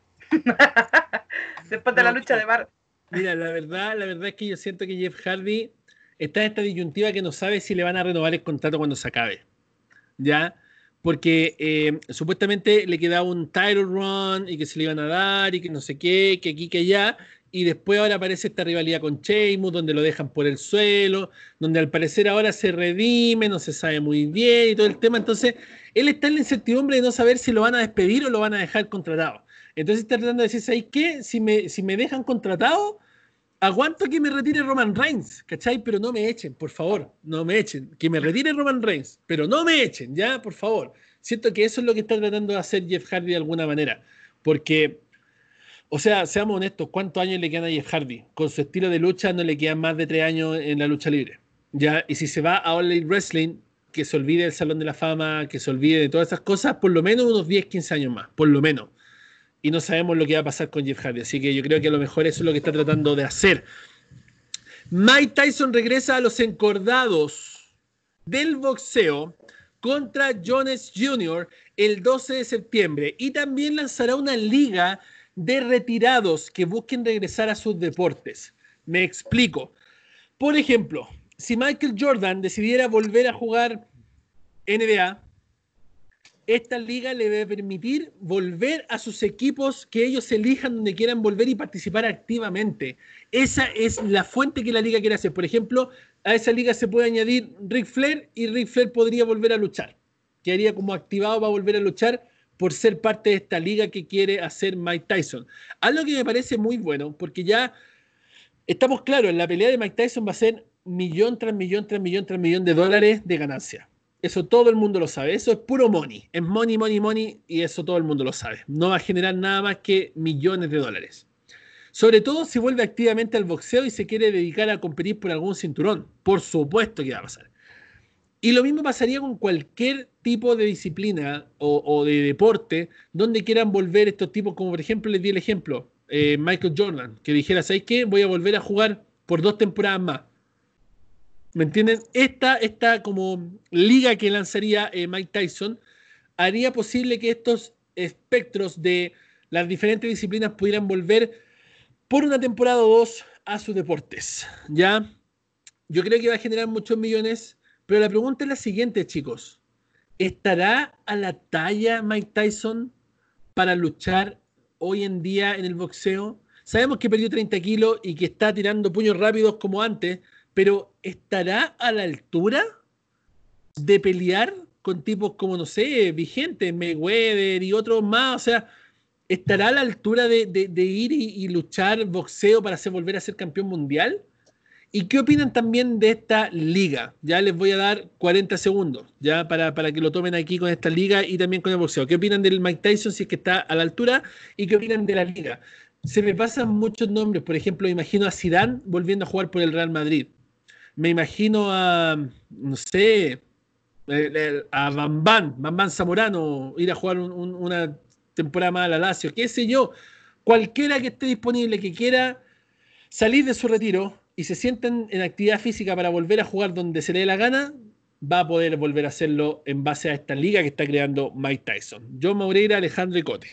Después de no, la lucha de bar. Mira, la verdad, la verdad es que yo siento que Jeff Hardy está en esta disyuntiva que no sabe si le van a renovar el contrato cuando se acabe. ¿Ya? Porque eh, supuestamente le quedaba un title run y que se le iban a dar y que no sé qué, que aquí, que allá, y después ahora aparece esta rivalidad con Sheamus, donde lo dejan por el suelo, donde al parecer ahora se redime, no se sabe muy bien y todo el tema. Entonces, él está en la incertidumbre de no saber si lo van a despedir o lo van a dejar contratado. Entonces está tratando de decir, ¿sabes qué? Si me, si me dejan contratado, aguanto que me retire Roman Reigns, ¿cachai? Pero no me echen, por favor, no me echen. Que me retire Roman Reigns, pero no me echen, ya, por favor. Siento que eso es lo que está tratando de hacer Jeff Hardy de alguna manera. Porque, o sea, seamos honestos, ¿cuántos años le quedan a Jeff Hardy? Con su estilo de lucha no le quedan más de tres años en la lucha libre, ¿ya? Y si se va a All Elite Wrestling, que se olvide del Salón de la Fama, que se olvide de todas esas cosas, por lo menos unos diez, quince años más, por lo menos. Y no sabemos lo que va a pasar con Jeff Hardy. Así que yo creo que a lo mejor eso es lo que está tratando de hacer. Mike Tyson regresa a los encordados del boxeo contra Jones junior el doce de septiembre. Y también lanzará una liga de retirados que busquen regresar a sus deportes. Me explico. Por ejemplo, si Michael Jordan decidiera volver a jugar N B A, esta liga le debe permitir volver a sus equipos que ellos elijan donde quieran volver y participar activamente. Esa es la fuente que la liga quiere hacer. Por ejemplo, a esa liga se puede añadir Ric Flair y Ric Flair podría volver a luchar. Quedaría como activado para volver a luchar por ser parte de esta liga que quiere hacer Mike Tyson. Algo que me parece muy bueno, porque ya estamos claros, en la pelea de Mike Tyson va a ser millón tras millón tras millón tras millón de dólares de ganancia. Eso todo el mundo lo sabe. Eso es puro money. Es money, money, money y eso todo el mundo lo sabe. No va a generar nada más que millones de dólares. Sobre todo si vuelve activamente al boxeo y se quiere dedicar a competir por algún cinturón. Por supuesto que va a pasar. Y lo mismo pasaría con cualquier tipo de disciplina o, o de deporte donde quieran volver estos tipos, como por ejemplo les di el ejemplo, eh, Michael Jordan, que dijera, ¿sabes qué? Voy a volver a jugar por dos temporadas más. ¿Me entienden? Esta, esta como liga que lanzaría eh, Mike Tyson haría posible que estos espectros de las diferentes disciplinas pudieran volver por una temporada o dos a sus deportes. ¿Ya? Yo creo que va a generar muchos millones, pero la pregunta es la siguiente, chicos. ¿Estará a la talla Mike Tyson para luchar hoy en día en el boxeo? Sabemos que perdió treinta kilos y que está tirando puños rápidos como antes, pero ¿estará a la altura de pelear con tipos como, no sé, Vigente, Mayweather y otros más? O sea, ¿estará a la altura de, de, de ir y, y luchar boxeo para hacer, volver a ser campeón mundial? ¿Y qué opinan también de esta liga? Ya les voy a dar cuarenta segundos, ya para, para que lo tomen aquí con esta liga y también con el boxeo. ¿Qué opinan del Mike Tyson si es que está a la altura? ¿Y qué opinan de la liga? Se me pasan muchos nombres. Por ejemplo, imagino a Zidane volviendo a jugar por el Real Madrid. Me imagino a, no sé, a Bambán, Bambán Zamorano, ir a jugar un, un, una temporada más a la Lazio. Qué sé yo. Cualquiera que esté disponible, que quiera salir de su retiro y se sienten en actividad física para volver a jugar donde se le dé la gana, va a poder volver a hacerlo en base a esta liga que está creando Mike Tyson. John Moreira, Alejandro Icote.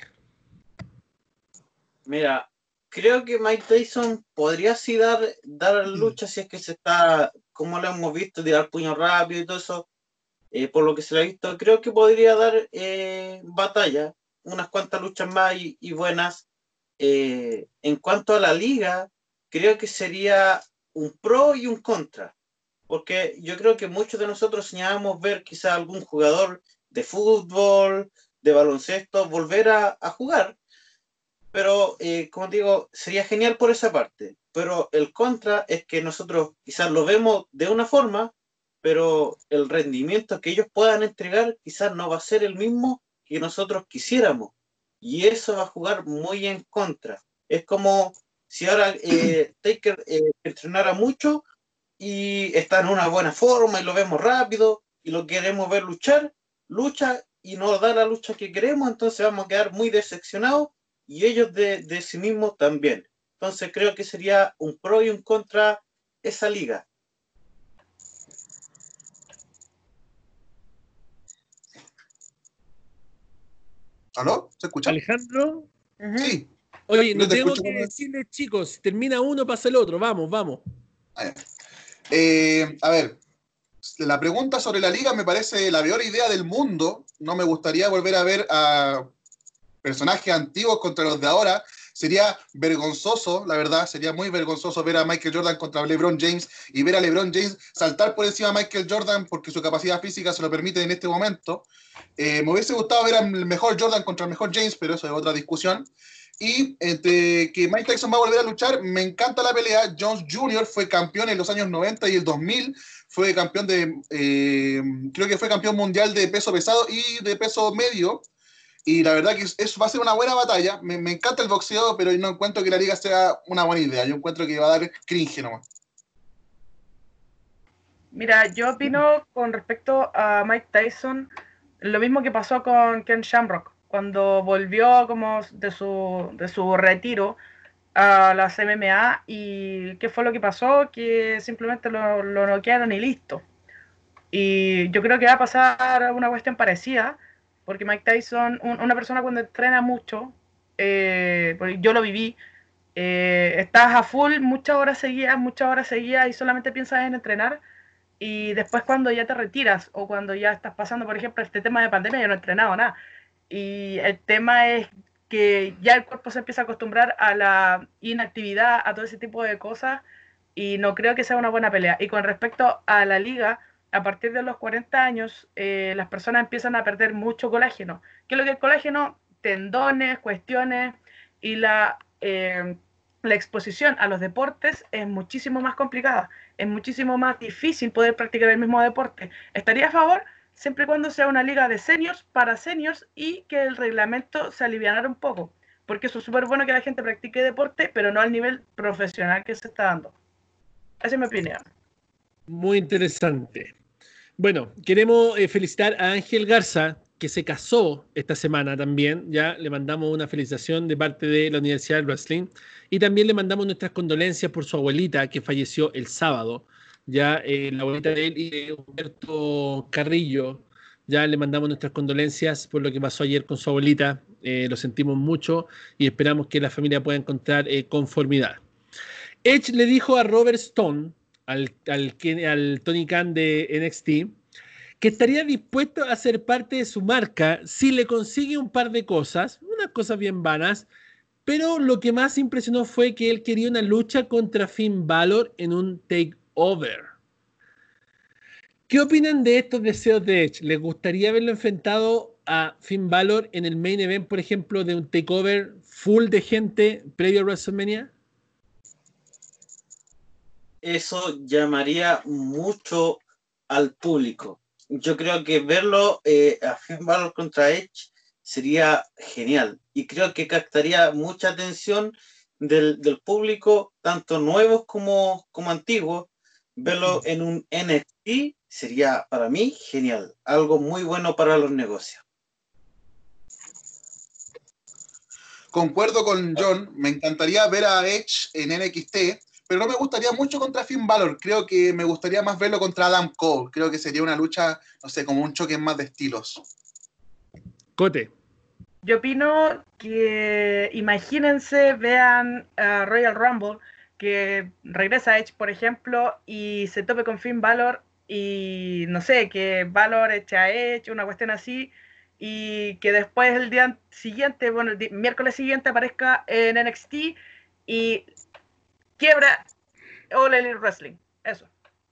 Mira, creo que Mike Tyson podría sí dar, dar lucha si es que se está, como lo hemos visto, tirar puño rápido y todo eso. Eh, por lo que se le ha visto, creo que podría dar eh, batalla, unas cuantas luchas más y, y buenas. Eh, en cuanto a la liga, creo que sería un pro y un contra, porque yo creo que muchos de nosotros soñábamos ver quizá algún jugador de fútbol, de baloncesto, volver a, a jugar, pero eh, como digo, sería genial por esa parte, pero el contra es que nosotros quizás lo vemos de una forma, pero el rendimiento que ellos puedan entregar quizás no va a ser el mismo que nosotros quisiéramos. Y eso va a jugar muy en contra. Es como si ahora eh, Taker eh, entrenara mucho y está en una buena forma y lo vemos rápido y lo queremos ver luchar, lucha y no da la lucha que queremos, entonces vamos a quedar muy decepcionados y ellos de, de sí mismos también. Entonces creo que sería un pro y un contra esa liga. ¿Aló? ¿Se escucha? Alejandro. Uh-huh. Sí. Oye, no, no te tengo escucho, que ¿no? decirles, chicos, termina uno, pasa el otro. Vamos, vamos. Ah, eh, a ver, la pregunta sobre la liga me parece la peor idea del mundo. No me gustaría volver a ver a personajes antiguos contra los de ahora. Sería vergonzoso, la verdad, sería muy vergonzoso ver a Michael Jordan contra LeBron James y ver a LeBron James saltar por encima de Michael Jordan porque su capacidad física se lo permite en este momento. Eh, me hubiese gustado ver al mejor Jordan contra el mejor James, pero eso es otra discusión. Y entre que Mike Tyson va a volver a luchar, me encanta la pelea. Jones junior fue campeón en los años noventa y el dos mil, fue campeón de, eh, creo que fue campeón mundial de peso pesado y de peso medio. Y la verdad que eso va a ser una buena batalla. Me, me encanta el boxeo, pero no encuentro que la liga sea una buena idea. Yo encuentro que va a dar cringe nomás. Mira, yo opino con respecto a Mike Tyson lo mismo que pasó con Ken Shamrock cuando volvió como de su, de su retiro a las M M A. ¿Y qué fue lo que pasó? Que simplemente lo, lo noquearon y listo. Y yo creo que va a pasar una cuestión parecida, porque Mike Tyson, un, una persona cuando entrena mucho, eh, porque yo lo viví, eh, estás a full muchas horas seguidas, muchas horas seguidas y solamente piensas en entrenar, y después cuando ya te retiras o cuando ya estás pasando, por ejemplo, este tema de pandemia, yo no he entrenado nada. Y el tema es que ya el cuerpo se empieza a acostumbrar a la inactividad, a todo ese tipo de cosas, y no creo que sea una buena pelea. Y con respecto a la liga, a partir de los cuarenta años, eh, las personas empiezan a perder mucho colágeno. ¿Qué es lo que es el colágeno? Tendones, cuestiones, y la, eh, la exposición a los deportes es muchísimo más complicada, es muchísimo más difícil poder practicar el mismo deporte. ¿Estaría a favor? Siempre y cuando sea una liga de seniors para seniors y que el reglamento se alivianara un poco, porque eso es súper bueno que la gente practique deporte, pero no al nivel profesional que se está dando. Esa es mi opinión. Muy interesante. Bueno, queremos eh, felicitar a Ángel Garza, que se casó esta semana también. Ya le mandamos una felicitación de parte de la Universidad del Wrestling. Y también le mandamos nuestras condolencias por su abuelita, que falleció el sábado. Ya eh, la abuelita de él y de Humberto Carrillo. Ya le mandamos nuestras condolencias por lo que pasó ayer con su abuelita. Eh, lo sentimos mucho y esperamos que la familia pueda encontrar eh, conformidad. Edge le dijo a Robert Stone, al, al, al Tony Khan de N X T, que estaría dispuesto a ser parte de su marca si le consigue un par de cosas, unas cosas bien vanas, pero lo que más impresionó fue que él quería una lucha contra Finn Balor en un takeover. ¿Qué opinan de estos deseos de Edge? ¿Les gustaría haberlo enfrentado a Finn Balor en el main event, por ejemplo, de un takeover full de gente previo a WrestleMania? Eso llamaría mucho al público. Yo creo que verlo eh, a Finn Balor contra Edge sería genial y creo que captaría mucha atención del, del público, tanto nuevos como, como antiguos. Verlo en un N X T sería para mí genial, algo muy bueno para los negocios. Concuerdo con John, me encantaría ver a Edge en N X T, pero no me gustaría mucho contra Finn Balor. Creo que me gustaría más verlo contra Adam Cole. Creo que sería una lucha, no sé, como un choque más de estilos. Cote. Yo opino que imagínense, vean a Royal Rumble, que regresa Edge, por ejemplo, y se tope con Finn Balor, y no sé, que Balor eche a Edge, una cuestión así, y que después el día siguiente, bueno, el miércoles siguiente aparezca en N X T y quiebra All Elite Wrestling. Eso.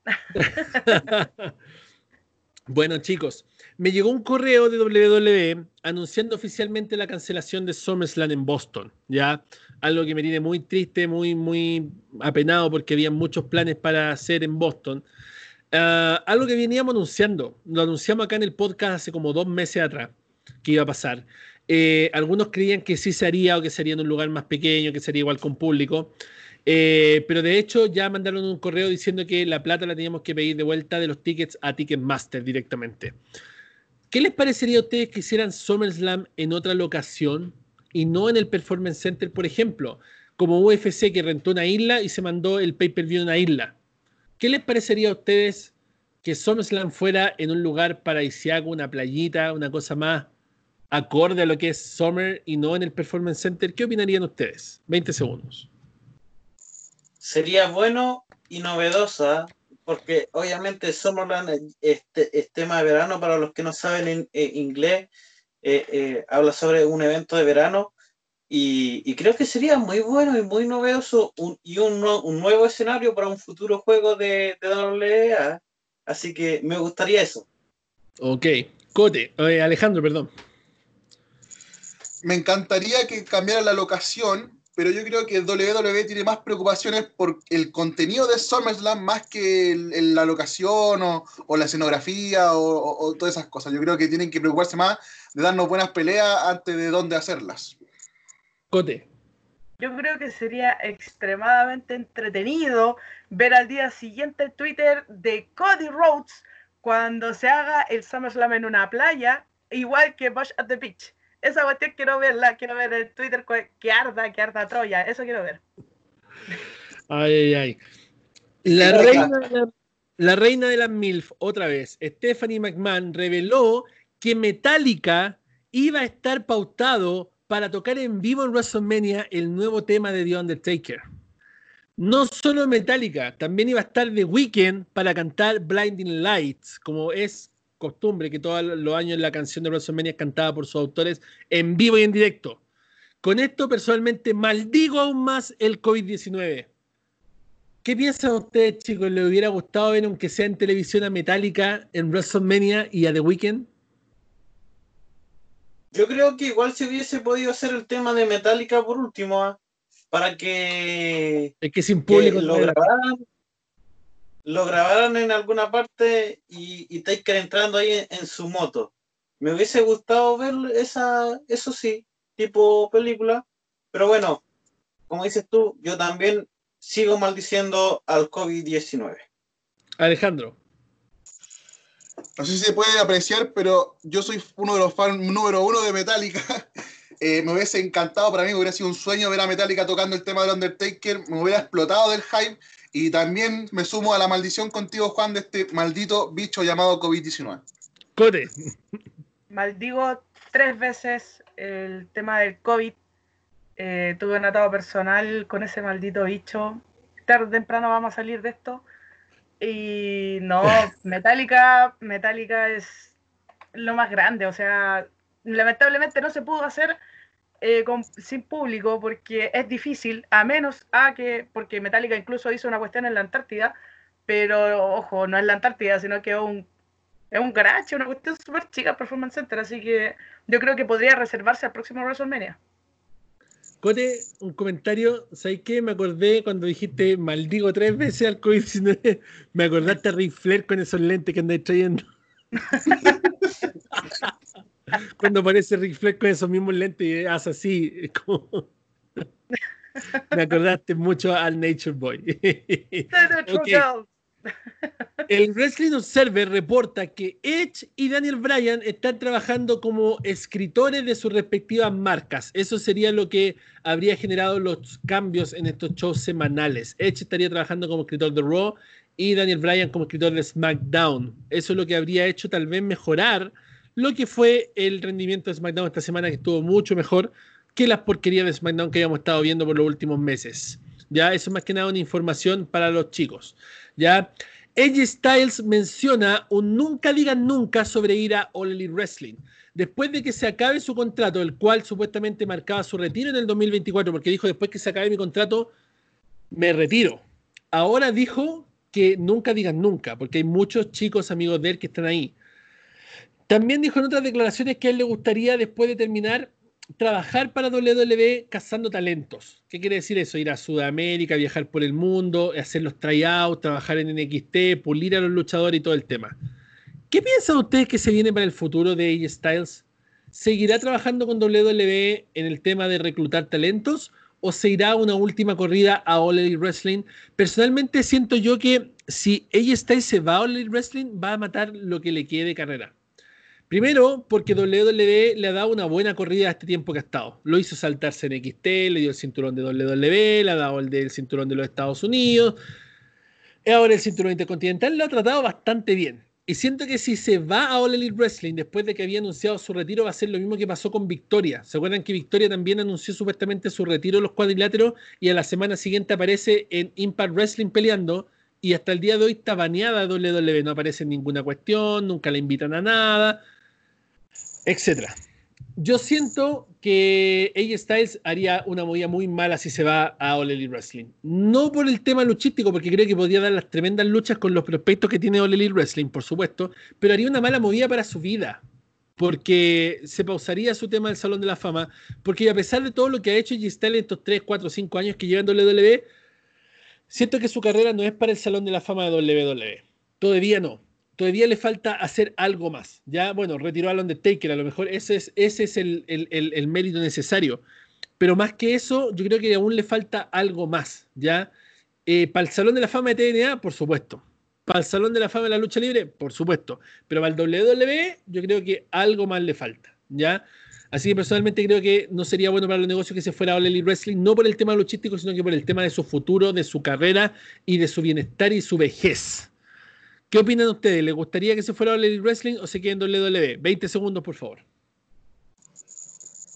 Bueno, chicos, me llegó un correo de doble u doble u E anunciando oficialmente la cancelación de SummerSlam en Boston, ¿ya? Algo que me tiene muy triste, muy, muy apenado porque había muchos planes para hacer en Boston. Uh, algo que veníamos anunciando, lo anunciamos acá en el podcast hace como dos meses atrás, que iba a pasar. Eh, algunos creían que sí se haría o que sería en un lugar más pequeño, que sería igual con público. Eh, pero de hecho ya mandaron un correo diciendo que la plata la teníamos que pedir de vuelta de los tickets a Ticketmaster directamente. ¿Qué les parecería a ustedes que hicieran SummerSlam en otra locación y no en el Performance Center, por ejemplo? Como U F C que rentó una isla y se mandó el pay-per-view en una isla. ¿Qué les parecería a ustedes que SummerSlam fuera en un lugar paradisíaco, una playita, una cosa más acorde a lo que es Summer y no en el Performance Center? ¿Qué opinarían ustedes? veinte segundos. Sería bueno y novedosa, porque obviamente SummerSlam este, es tema de verano. Para los que no saben en, en inglés, eh, eh, habla sobre un evento de verano, y, y creo que sería muy bueno y muy novedoso un, y un, un nuevo escenario para un futuro juego de, de W W E. Así que me gustaría eso. Ok, Cote, eh, Alejandro, perdón. Me encantaría que cambiara la locación, pero yo creo que doble u doble u E tiene más preocupaciones por el contenido de SummerSlam más que el, el, la locación o, o la escenografía o, o, o todas esas cosas. Yo creo que tienen que preocuparse más de darnos buenas peleas antes de dónde hacerlas. Cote. Yo creo que sería extremadamente entretenido ver al día siguiente el Twitter de Cody Rhodes cuando se haga el SummerSlam en una playa, igual que Bush at the Beach. Esa cuestión quiero verla, quiero ver el Twitter que arda, que arda Troya, eso quiero ver. Ay, ay, ay. La reina de la, la reina de las MILF, otra vez, Stephanie McMahon, reveló que Metallica iba a estar pautado para tocar en vivo en WrestleMania el nuevo tema de The Undertaker. No solo Metallica, también iba a estar The Weeknd para cantar Blinding Lights, como es costumbre que todos los años la canción de WrestleMania es cantada por sus autores en vivo y en directo. Con esto, personalmente, maldigo aún más el COVID diecinueve. ¿Qué piensan ustedes, chicos? ¿Les hubiera gustado ver, aunque sea en televisión, a Metallica en WrestleMania y a The Weeknd? Yo creo que igual se hubiese podido hacer el tema de Metallica por último, ¿eh? Para que, Es que sin que público lo no era- grabaran, lo grabaran en alguna parte y, y Taker entrando ahí en, en su moto. Me hubiese gustado ver esa, eso sí, tipo película, pero bueno, como dices tú, yo también sigo maldiciendo al COVID diecinueve. Alejandro. No sé si se puede apreciar, pero yo soy uno de los fans número uno de Metallica. Eh, me hubiese encantado, para mí hubiera sido un sueño ver a Metallica tocando el tema del Undertaker, me hubiera explotado del hype, y también me sumo a la maldición contigo, Juan, de este maldito bicho llamado COVID diecinueve. Cote. Maldigo tres veces el tema del COVID. Eh, tuve un atado personal con ese maldito bicho. Tarde o temprano vamos a salir de esto. Y no, Metallica, Metallica es lo más grande. O sea, lamentablemente no se pudo hacer eh, con, sin público porque es difícil, a menos a que, porque Metallica incluso hizo una cuestión en la Antártida, pero ojo, no es la Antártida, sino que es un, es un garage, una cuestión súper chica, Performance Center, así que yo creo que podría reservarse al próximo WrestleMania. Cote, un comentario. ¿Sabes qué? Me acordé cuando dijiste maldigo tres veces al COVID diecinueve. Me acordaste a Ric Flair con esos lentes que andáis trayendo. Cuando aparece Ric Flair con esos mismos lentes y hace así. Es como... Me acordaste mucho al Nature Boy. Okay. El Wrestling Observer reporta que Edge y Daniel Bryan están trabajando como escritores de sus respectivas marcas. Eso sería lo que habría generado los cambios en estos shows semanales. Edge estaría trabajando como escritor de Raw y Daniel Bryan como escritor de SmackDown. Eso es lo que habría hecho tal vez mejorar lo que fue el rendimiento de SmackDown esta semana, que estuvo mucho mejor que las porquerías de SmackDown que habíamos estado viendo por los últimos meses. Ya, eso es más que nada una información para los chicos. Ya, A J Styles menciona un nunca digan nunca sobre ir a All Elite Wrestling. Después de que se acabe su contrato, el cual supuestamente marcaba su retiro en el dos mil veinticuatro, porque dijo después que se acabe mi contrato, me retiro. Ahora dijo que nunca digan nunca, porque hay muchos chicos amigos de él que están ahí. También dijo en otras declaraciones que a él le gustaría, después de terminar, trabajar para doble u doble u E cazando talentos. ¿Qué quiere decir eso? Ir a Sudamérica, viajar por el mundo, hacer los tryouts, trabajar en N X T, pulir a los luchadores y todo el tema. ¿Qué piensan ustedes que se viene para el futuro de A J Styles? ¿Seguirá trabajando con doble u doble u E en el tema de reclutar talentos o se irá a una última corrida a All Elite Wrestling? Personalmente siento yo que si A J Styles se va a All Elite Wrestling, va a matar lo que le quede de carrera. Primero, porque doble u doble u E le ha dado una buena corrida a este tiempo que ha estado. Lo hizo saltarse en X T, le dio el cinturón de doble u doble u E, le ha dado el del cinturón de los Estados Unidos. Ahora el cinturón intercontinental lo ha tratado bastante bien. Y siento que si se va a All Elite Wrestling después de que había anunciado su retiro, va a ser lo mismo que pasó con Victoria. ¿Se acuerdan que Victoria también anunció supuestamente su retiro de los cuadriláteros y a la semana siguiente aparece en Impact Wrestling peleando? Y hasta el día de hoy está baneada de doble u doble u E. No aparece en ninguna cuestión, nunca la invitan a nada, etcétera. Yo siento que A J Styles haría una movida muy mala si se va a All Elite Wrestling. No por el tema luchístico, porque creo que podría dar las tremendas luchas con los prospectos que tiene All Elite Wrestling, por supuesto, pero haría una mala movida para su vida, porque se pausaría su tema del Salón de la Fama, porque a pesar de todo lo que ha hecho A J Styles en estos tres, cuatro, cinco años que lleva en doble u doble u E, siento que su carrera no es para el Salón de la Fama de doble u doble u E. Todavía no. Todavía le falta hacer algo más. Ya, bueno, retiró al Undertaker, a lo mejor ese es, ese es el, el, el, el mérito necesario. Pero más que eso, yo creo que aún le falta algo más. ¿Ya? Eh, para el Salón de la Fama de T N A, por supuesto. Para el Salón de la Fama de la Lucha Libre, por supuesto. Pero para el doble u doble u E, yo creo que algo más le falta. ¿Ya? Así que personalmente creo que no sería bueno para los negocios que se fuera a All Elite Wrestling, no por el tema luchístico, sino que por el tema de su futuro, de su carrera y de su bienestar y su vejez. ¿Qué opinan ustedes? ¿Les gustaría que se fuera a All Elite Wrestling o se quede en doble u doble u E? veinte segundos, por favor.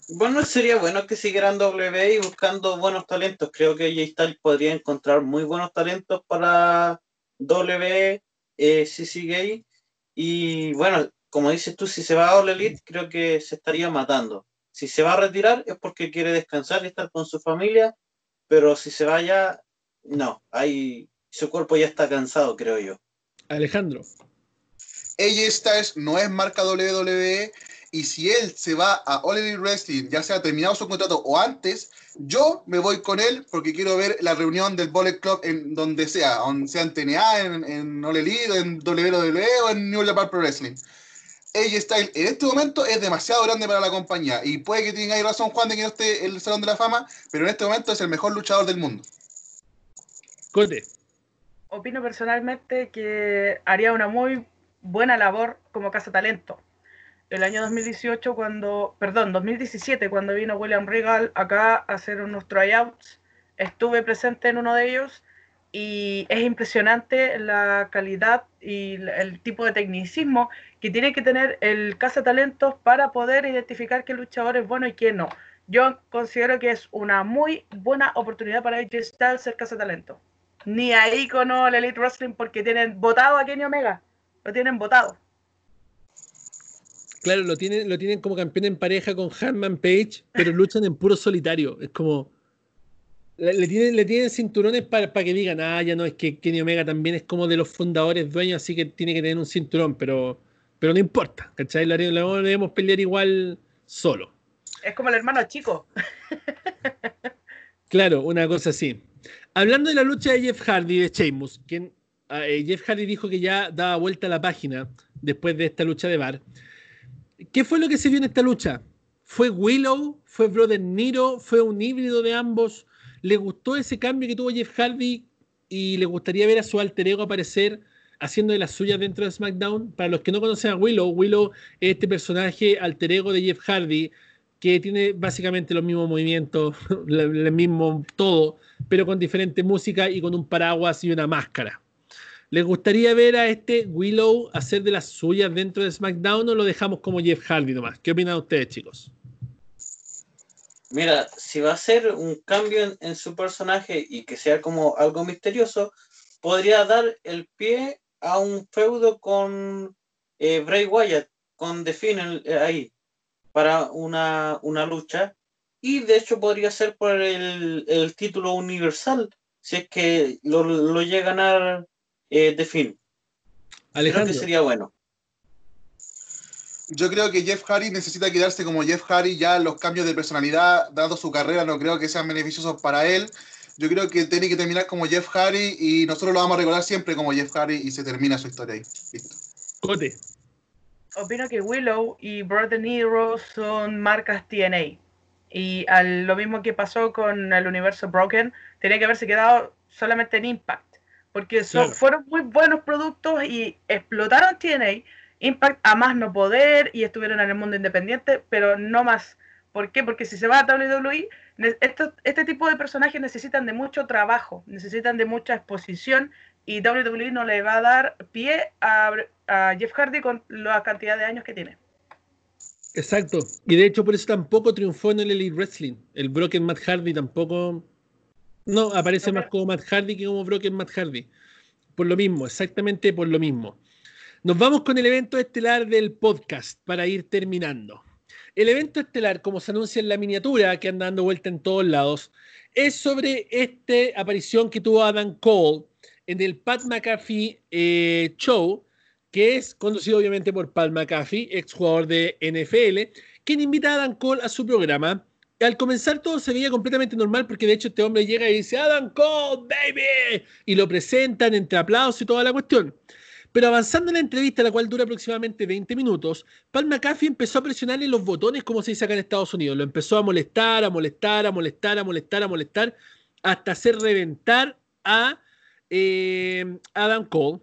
Bueno, sería bueno que siguieran W W E y buscando buenos talentos. Creo que Jay Styles podría encontrar muy buenos talentos para W W E eh, si sigue ahí. Y bueno, como dices tú, si se va a All Elite, creo que se estaría matando. Si se va a retirar es porque quiere descansar y estar con su familia, pero si se vaya, no, ahí su cuerpo ya está cansado, creo yo. Alejandro. A J Styles no es marca W W E y si él se va a All Elite Wrestling, ya sea terminado su contrato o antes, yo me voy con él porque quiero ver la reunión del Bullet Club en donde sea, sea en T N A, en, en All Elite, en W W E o en New Japan Pro Wrestling. A J Styles en este momento es demasiado grande para la compañía y puede que tengáis razón, Juan, de que no esté en el Salón de la Fama, pero en este momento es el mejor luchador del mundo. Cote. Opino personalmente que haría una muy buena labor como cazatalento. El año dos mil dieciocho, cuando, perdón, dos mil diecisiete, cuando vino William Regal acá a hacer unos tryouts, estuve presente en uno de ellos y es impresionante la calidad y el tipo de tecnicismo que tiene que tener el cazatalentos para poder identificar qué luchador es bueno y qué no. Yo considero que es una muy buena oportunidad para A J Styles ser cazatalento. Ni ahí con el Elite Wrestling porque tienen votado a Kenny Omega. Lo tienen votado. Claro, lo tienen, lo tienen como campeón en pareja con Hangman Page, pero luchan en puro solitario. Es como... Le, le, tienen, le tienen cinturones para pa que digan, ah, ya no, es que Kenny Omega también es como de los fundadores, dueños, así que tiene que tener un cinturón, pero, pero no importa, ¿cachai? Lo, lo debemos pelear igual solo. Es como el hermano chico. Claro, una cosa así. Hablando de la lucha de Jeff Hardy y de Sheamus, quien, eh, Jeff Hardy dijo que ya daba vuelta a la página después de esta lucha de bar. ¿Qué fue lo que se vio en esta lucha? ¿Fue Willow? ¿Fue Brother Nero? ¿Fue un híbrido de ambos? ¿Le gustó ese cambio que tuvo Jeff Hardy y le gustaría ver a su alter ego aparecer haciendo de las suyas dentro de SmackDown? Para los que no conocen a Willow, Willow es este personaje alter ego de Jeff Hardy que tiene básicamente los mismos movimientos, el mismo todo, pero con diferente música y con un paraguas y una máscara. ¿Les gustaría ver a este Willow hacer de las suyas dentro de SmackDown o lo dejamos como Jeff Hardy nomás? ¿Qué opinan ustedes, chicos? Mira, si va a ser un cambio en, en su personaje y que sea como algo misterioso, podría dar el pie a un feudo con eh, Bray Wyatt, con The Fiend eh, ahí, para una, una lucha. Y de hecho podría ser por el, el título universal, si es que lo, lo llega a ganar eh, The Fiend. Creo que sería bueno. Yo creo que Jeff Hardy necesita quedarse como Jeff Hardy, ya los cambios de personalidad, dado su carrera, no creo que sean beneficiosos para él. Yo creo que tiene que terminar como Jeff Hardy y nosotros lo vamos a recordar siempre como Jeff Hardy y se termina su historia ahí. Listo. Cote. Opino que Willow y Brother Nero son marcas T N A. Y al, lo mismo que pasó con el universo Broken, tenía que haberse quedado solamente en Impact. Porque son, claro. fueron muy buenos productos y explotaron T N A. Impact a más no poder y estuvieron en el mundo independiente, pero no más. ¿Por qué? Porque si se va a W W E, esto, este tipo de personajes necesitan de mucho trabajo, necesitan de mucha exposición y W W E no le va a dar pie a, a Jeff Hardy con la cantidad de años que tiene. Exacto. Y de hecho por eso tampoco triunfó en el Elite Wrestling. El Broken Matt Hardy tampoco... No, aparece no, más como Matt Hardy que como Broken Matt Hardy. Por lo mismo, exactamente por lo mismo. Nos vamos con el evento estelar del podcast para ir terminando. El evento estelar, como se anuncia en la miniatura que anda dando vuelta en todos lados, es sobre esta aparición que tuvo Adam Cole en el Pat McAfee eh, Show, que es conducido obviamente por Pat McAfee, exjugador de N F L, quien invita a Adam Cole a su programa. Al comenzar todo se veía completamente normal porque de hecho este hombre llega y dice Adam Cole, baby, y lo presentan entre aplausos y toda la cuestión. Pero avanzando en la entrevista, la cual dura aproximadamente veinte minutos, Pat McAfee empezó a presionarle los botones, como se dice acá en Estados Unidos. Lo empezó a molestar, a molestar, a molestar, a molestar, a molestar, hasta hacer reventar a eh, Adam Cole,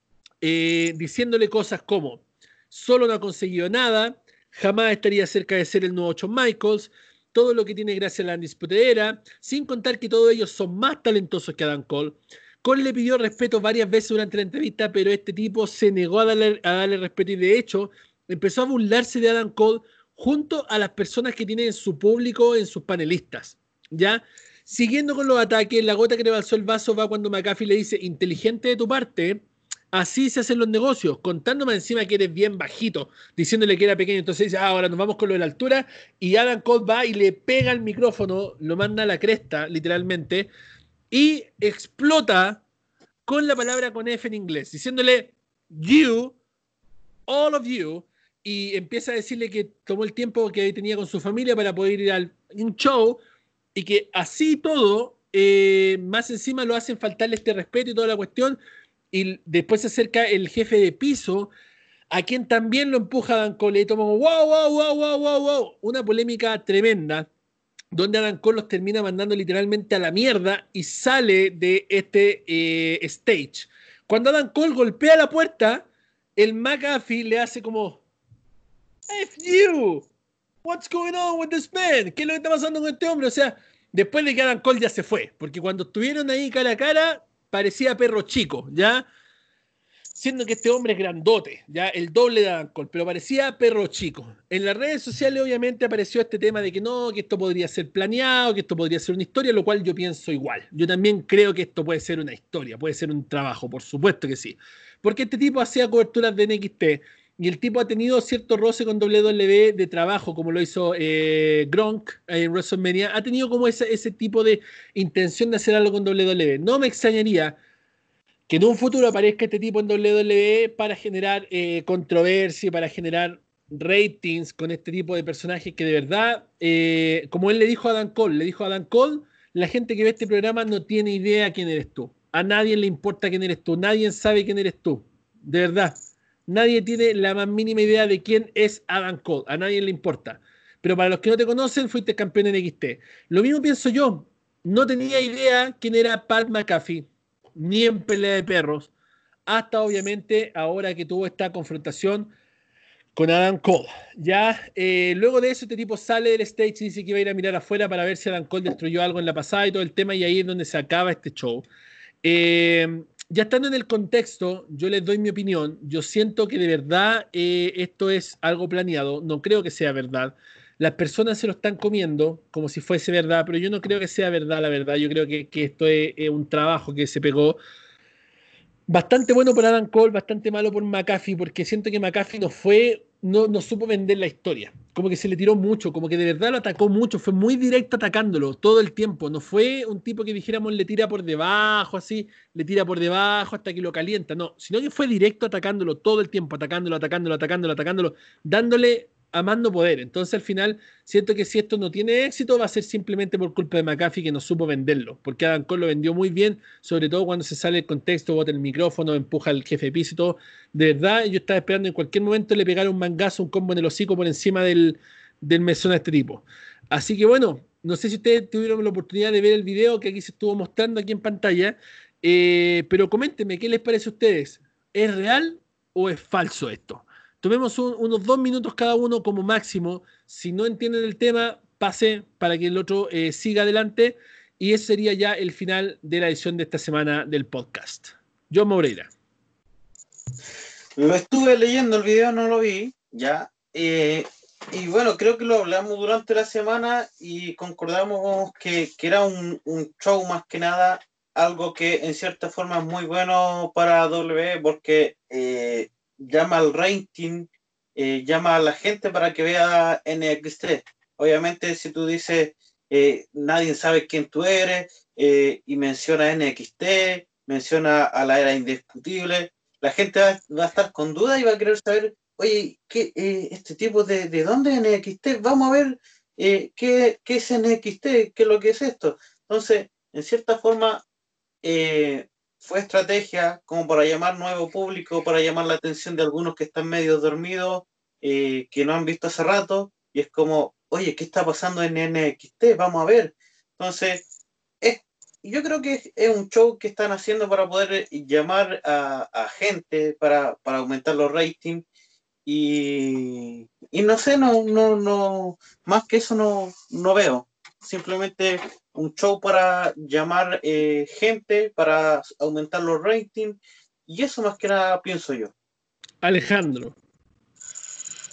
eh, diciéndole cosas como, solo no ha conseguido nada, jamás estaría cerca de ser el nuevo Shawn Michaels, todo lo que tiene gracias a la Undisputed Era, sin contar que todos ellos son más talentosos que Adam Cole. Cole le pidió respeto varias veces durante la entrevista, pero este tipo se negó a darle, a darle respeto y de hecho empezó a burlarse de Adam Cole junto a las personas que tienen en su público, en sus panelistas, ¿ya? Siguiendo con los ataques, la gota que rebalsó el vaso va cuando McAfee le dice, inteligente de tu parte, así se hacen los negocios, contándome encima que eres bien bajito, diciéndole que era pequeño. Entonces dice, ah, ahora nos vamos con lo de la altura, y Adam Cole va y le pega el micrófono, lo manda a la cresta, literalmente, y explota con la palabra con F en inglés, diciéndole, you, all of you, y empieza a decirle que tomó el tiempo que tenía con su familia para poder ir al un show, y que así todo, eh, más encima lo hacen faltarle este respeto y toda la cuestión, y después se acerca el jefe de piso, a quien también lo empuja Adam Cole, y toma wow, wow, wow, wow, wow, wow, una polémica tremenda, donde Adam Cole los termina mandando literalmente a la mierda y sale de este eh, stage. Cuando Adam Cole golpea la puerta, el McAfee le hace como F you, what's going on with this man? ¿Qué es lo que está pasando con este hombre? O sea, después de que Adam Cole ya se fue, porque cuando estuvieron ahí cara a cara, parecía perro chico, ¿ya? Siendo que este hombre es grandote, ya el doble de Adam Cole, pero parecía perro chico. En las redes sociales obviamente apareció este tema de que no, que esto podría ser planeado, que esto podría ser una historia, lo cual yo pienso igual. Yo también creo que esto puede ser una historia, puede ser un trabajo, por supuesto que sí. Porque este tipo hacía coberturas de N X T y el tipo ha tenido cierto roce con doble u doble u E de trabajo, como lo hizo eh, Gronk en WrestleMania. Ha tenido como ese, ese tipo de intención de hacer algo con doble u doble u E. No me extrañaría que en un futuro aparezca este tipo en doble u doble u E para generar eh, controversia, para generar ratings con este tipo de personajes que de verdad, eh, como él le dijo a Adam Cole, le dijo a Adam Cole, la gente que ve este programa no tiene idea quién eres tú. A nadie le importa quién eres tú, nadie sabe quién eres tú. De verdad, nadie tiene la más mínima idea de quién es Adam Cole, a nadie le importa. Pero para los que no te conocen, fuiste campeón en X T. Lo mismo pienso yo, no tenía idea quién era Pat McAfee, ni en pelea de perros, hasta obviamente ahora que tuvo esta confrontación con Adam Cole. Ya, eh, luego de eso este tipo sale del stage y dice que iba a ir a mirar afuera para ver si Adam Cole destruyó algo en la pasada y todo el tema, y ahí es donde se acaba este show. Eh, ya estando en el contexto, yo les doy mi opinión. Yo siento que de verdad eh, esto es algo planeado, no creo que sea verdad. Las personas se lo están comiendo como si fuese verdad, pero yo no creo que sea verdad, la verdad. Yo creo que, que esto es, es un trabajo que se pegó. Bastante bueno por Adam Cole, bastante malo por McAfee, porque siento que McAfee no fue, no, no supo vender la historia. Como que se le tiró mucho, como que de verdad lo atacó mucho, fue muy directo atacándolo todo el tiempo. No fue un tipo que dijéramos le tira por debajo, así, le tira por debajo hasta que lo calienta, no, sino que fue directo atacándolo todo el tiempo, atacándolo, atacándolo, atacándolo, atacándolo, dándole amando poder. Entonces al final siento que si esto no tiene éxito va a ser simplemente por culpa de McAfee, que no supo venderlo, porque Adam Cole lo vendió muy bien, sobre todo cuando se sale el contexto, bota el micrófono, empuja al jefe de piso y todo. De verdad yo estaba esperando en cualquier momento le pegara un mangazo, un combo en el hocico por encima del, del mesón a este tipo. Así que bueno, no sé si ustedes tuvieron la oportunidad de ver el video que aquí se estuvo mostrando aquí en pantalla, eh, pero coméntenme qué les parece a ustedes. ¿Es real o es falso esto? Tomemos un, unos dos minutos cada uno como máximo. Si no entienden el tema, pase para que el otro eh, siga adelante. Y ese sería ya el final de la edición de esta semana del podcast. John Moreira. Lo estuve leyendo, el video no lo vi, ya. Eh, y bueno, creo que lo hablamos durante la semana y concordamos que, que era un, un show más que nada, algo que en cierta forma es muy bueno para W porque... Eh, llama al rating, eh, llama a la gente para que vea N X T. Obviamente, si tú dices eh, nadie sabe quién tú eres eh, y menciona N X T, menciona a la era indiscutible, la gente va, va a estar con dudas y va a querer saber, oye, ¿qué, eh, este tipo de, de dónde es N X T? Vamos a ver eh, qué, qué es N X T, qué es lo que es esto. Entonces, en cierta forma, eh, fue estrategia como para llamar nuevo público, para llamar la atención de algunos que están medio dormidos, eh, que no han visto hace rato, y es como, oye, ¿qué está pasando en N X T? Vamos a ver. Entonces, es, yo creo que es, es un show que están haciendo para poder llamar a, a gente, para, para aumentar los ratings, y, y no sé, no, no, no, más que eso no, no veo. Simplemente un show para llamar eh, gente, para aumentar los ratings, y eso más que nada pienso yo. Alejandro.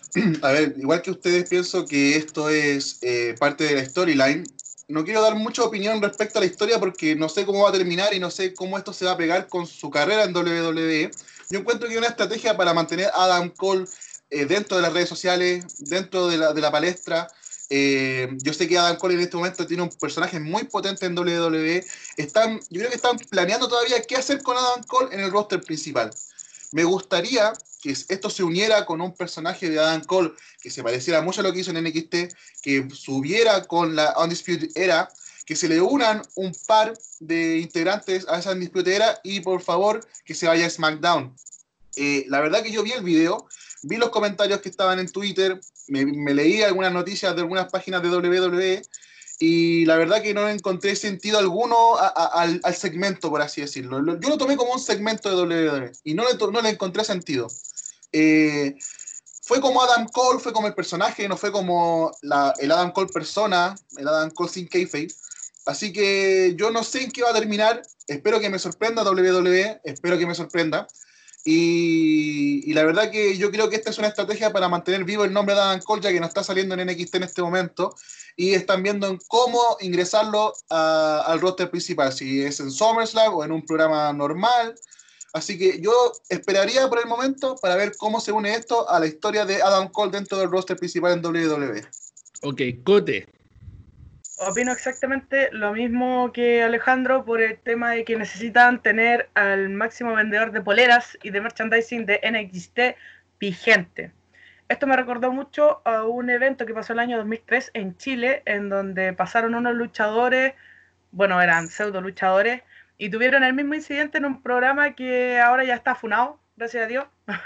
A ver, igual que ustedes pienso que esto es eh, parte de la storyline. No quiero dar mucha opinión respecto a la historia porque no sé cómo va a terminar y no sé cómo esto se va a pegar con su carrera en doble u doble u E. Yo encuentro que es una estrategia para mantener a Adam Cole eh, dentro de las redes sociales, dentro de la, de la palestra. Eh, yo sé que Adam Cole en este momento tiene un personaje muy potente en doble u doble u E. Están, yo creo que están planeando todavía qué hacer con Adam Cole en el roster principal. Me gustaría que esto se uniera con un personaje de Adam Cole que se pareciera mucho a lo que hizo en N X T, que subiera con la Undisputed Era, que se le unan un par de integrantes a esa Undisputed Era y por favor que se vaya a SmackDown. Eh, la verdad que yo vi el video, vi los comentarios que estaban en Twitter, me, me leí algunas noticias de algunas páginas de doble u doble u E y la verdad que no encontré sentido alguno a, a, al, al segmento, por así decirlo. Yo lo tomé como un segmento de doble u doble u E y no le, no le encontré sentido. Eh, fue como Adam Cole, fue como el personaje, no fue como la, el Adam Cole persona, el Adam Cole sin kayfabe. Así que yo no sé en qué va a terminar. Espero que me sorprenda doble u doble u E, espero que me sorprenda. Y, y la verdad que yo creo que esta es una estrategia para mantener vivo el nombre de Adam Cole, ya que no está saliendo en N X T en este momento, y están viendo en cómo ingresarlo a, al roster principal, si es en SummerSlam o en un programa normal. Así que yo esperaría por el momento para ver cómo se une esto a la historia de Adam Cole dentro del roster principal en doble u doble u E. Ok, Cote. Opino exactamente lo mismo que Alejandro por el tema de que necesitan tener al máximo vendedor de poleras y de merchandising de N X T vigente. Esto me recordó mucho a un evento que pasó el año dos mil tres en Chile, en donde pasaron unos luchadores, bueno, eran pseudo luchadores, y tuvieron el mismo incidente en un programa que ahora ya está funado, gracias a Dios.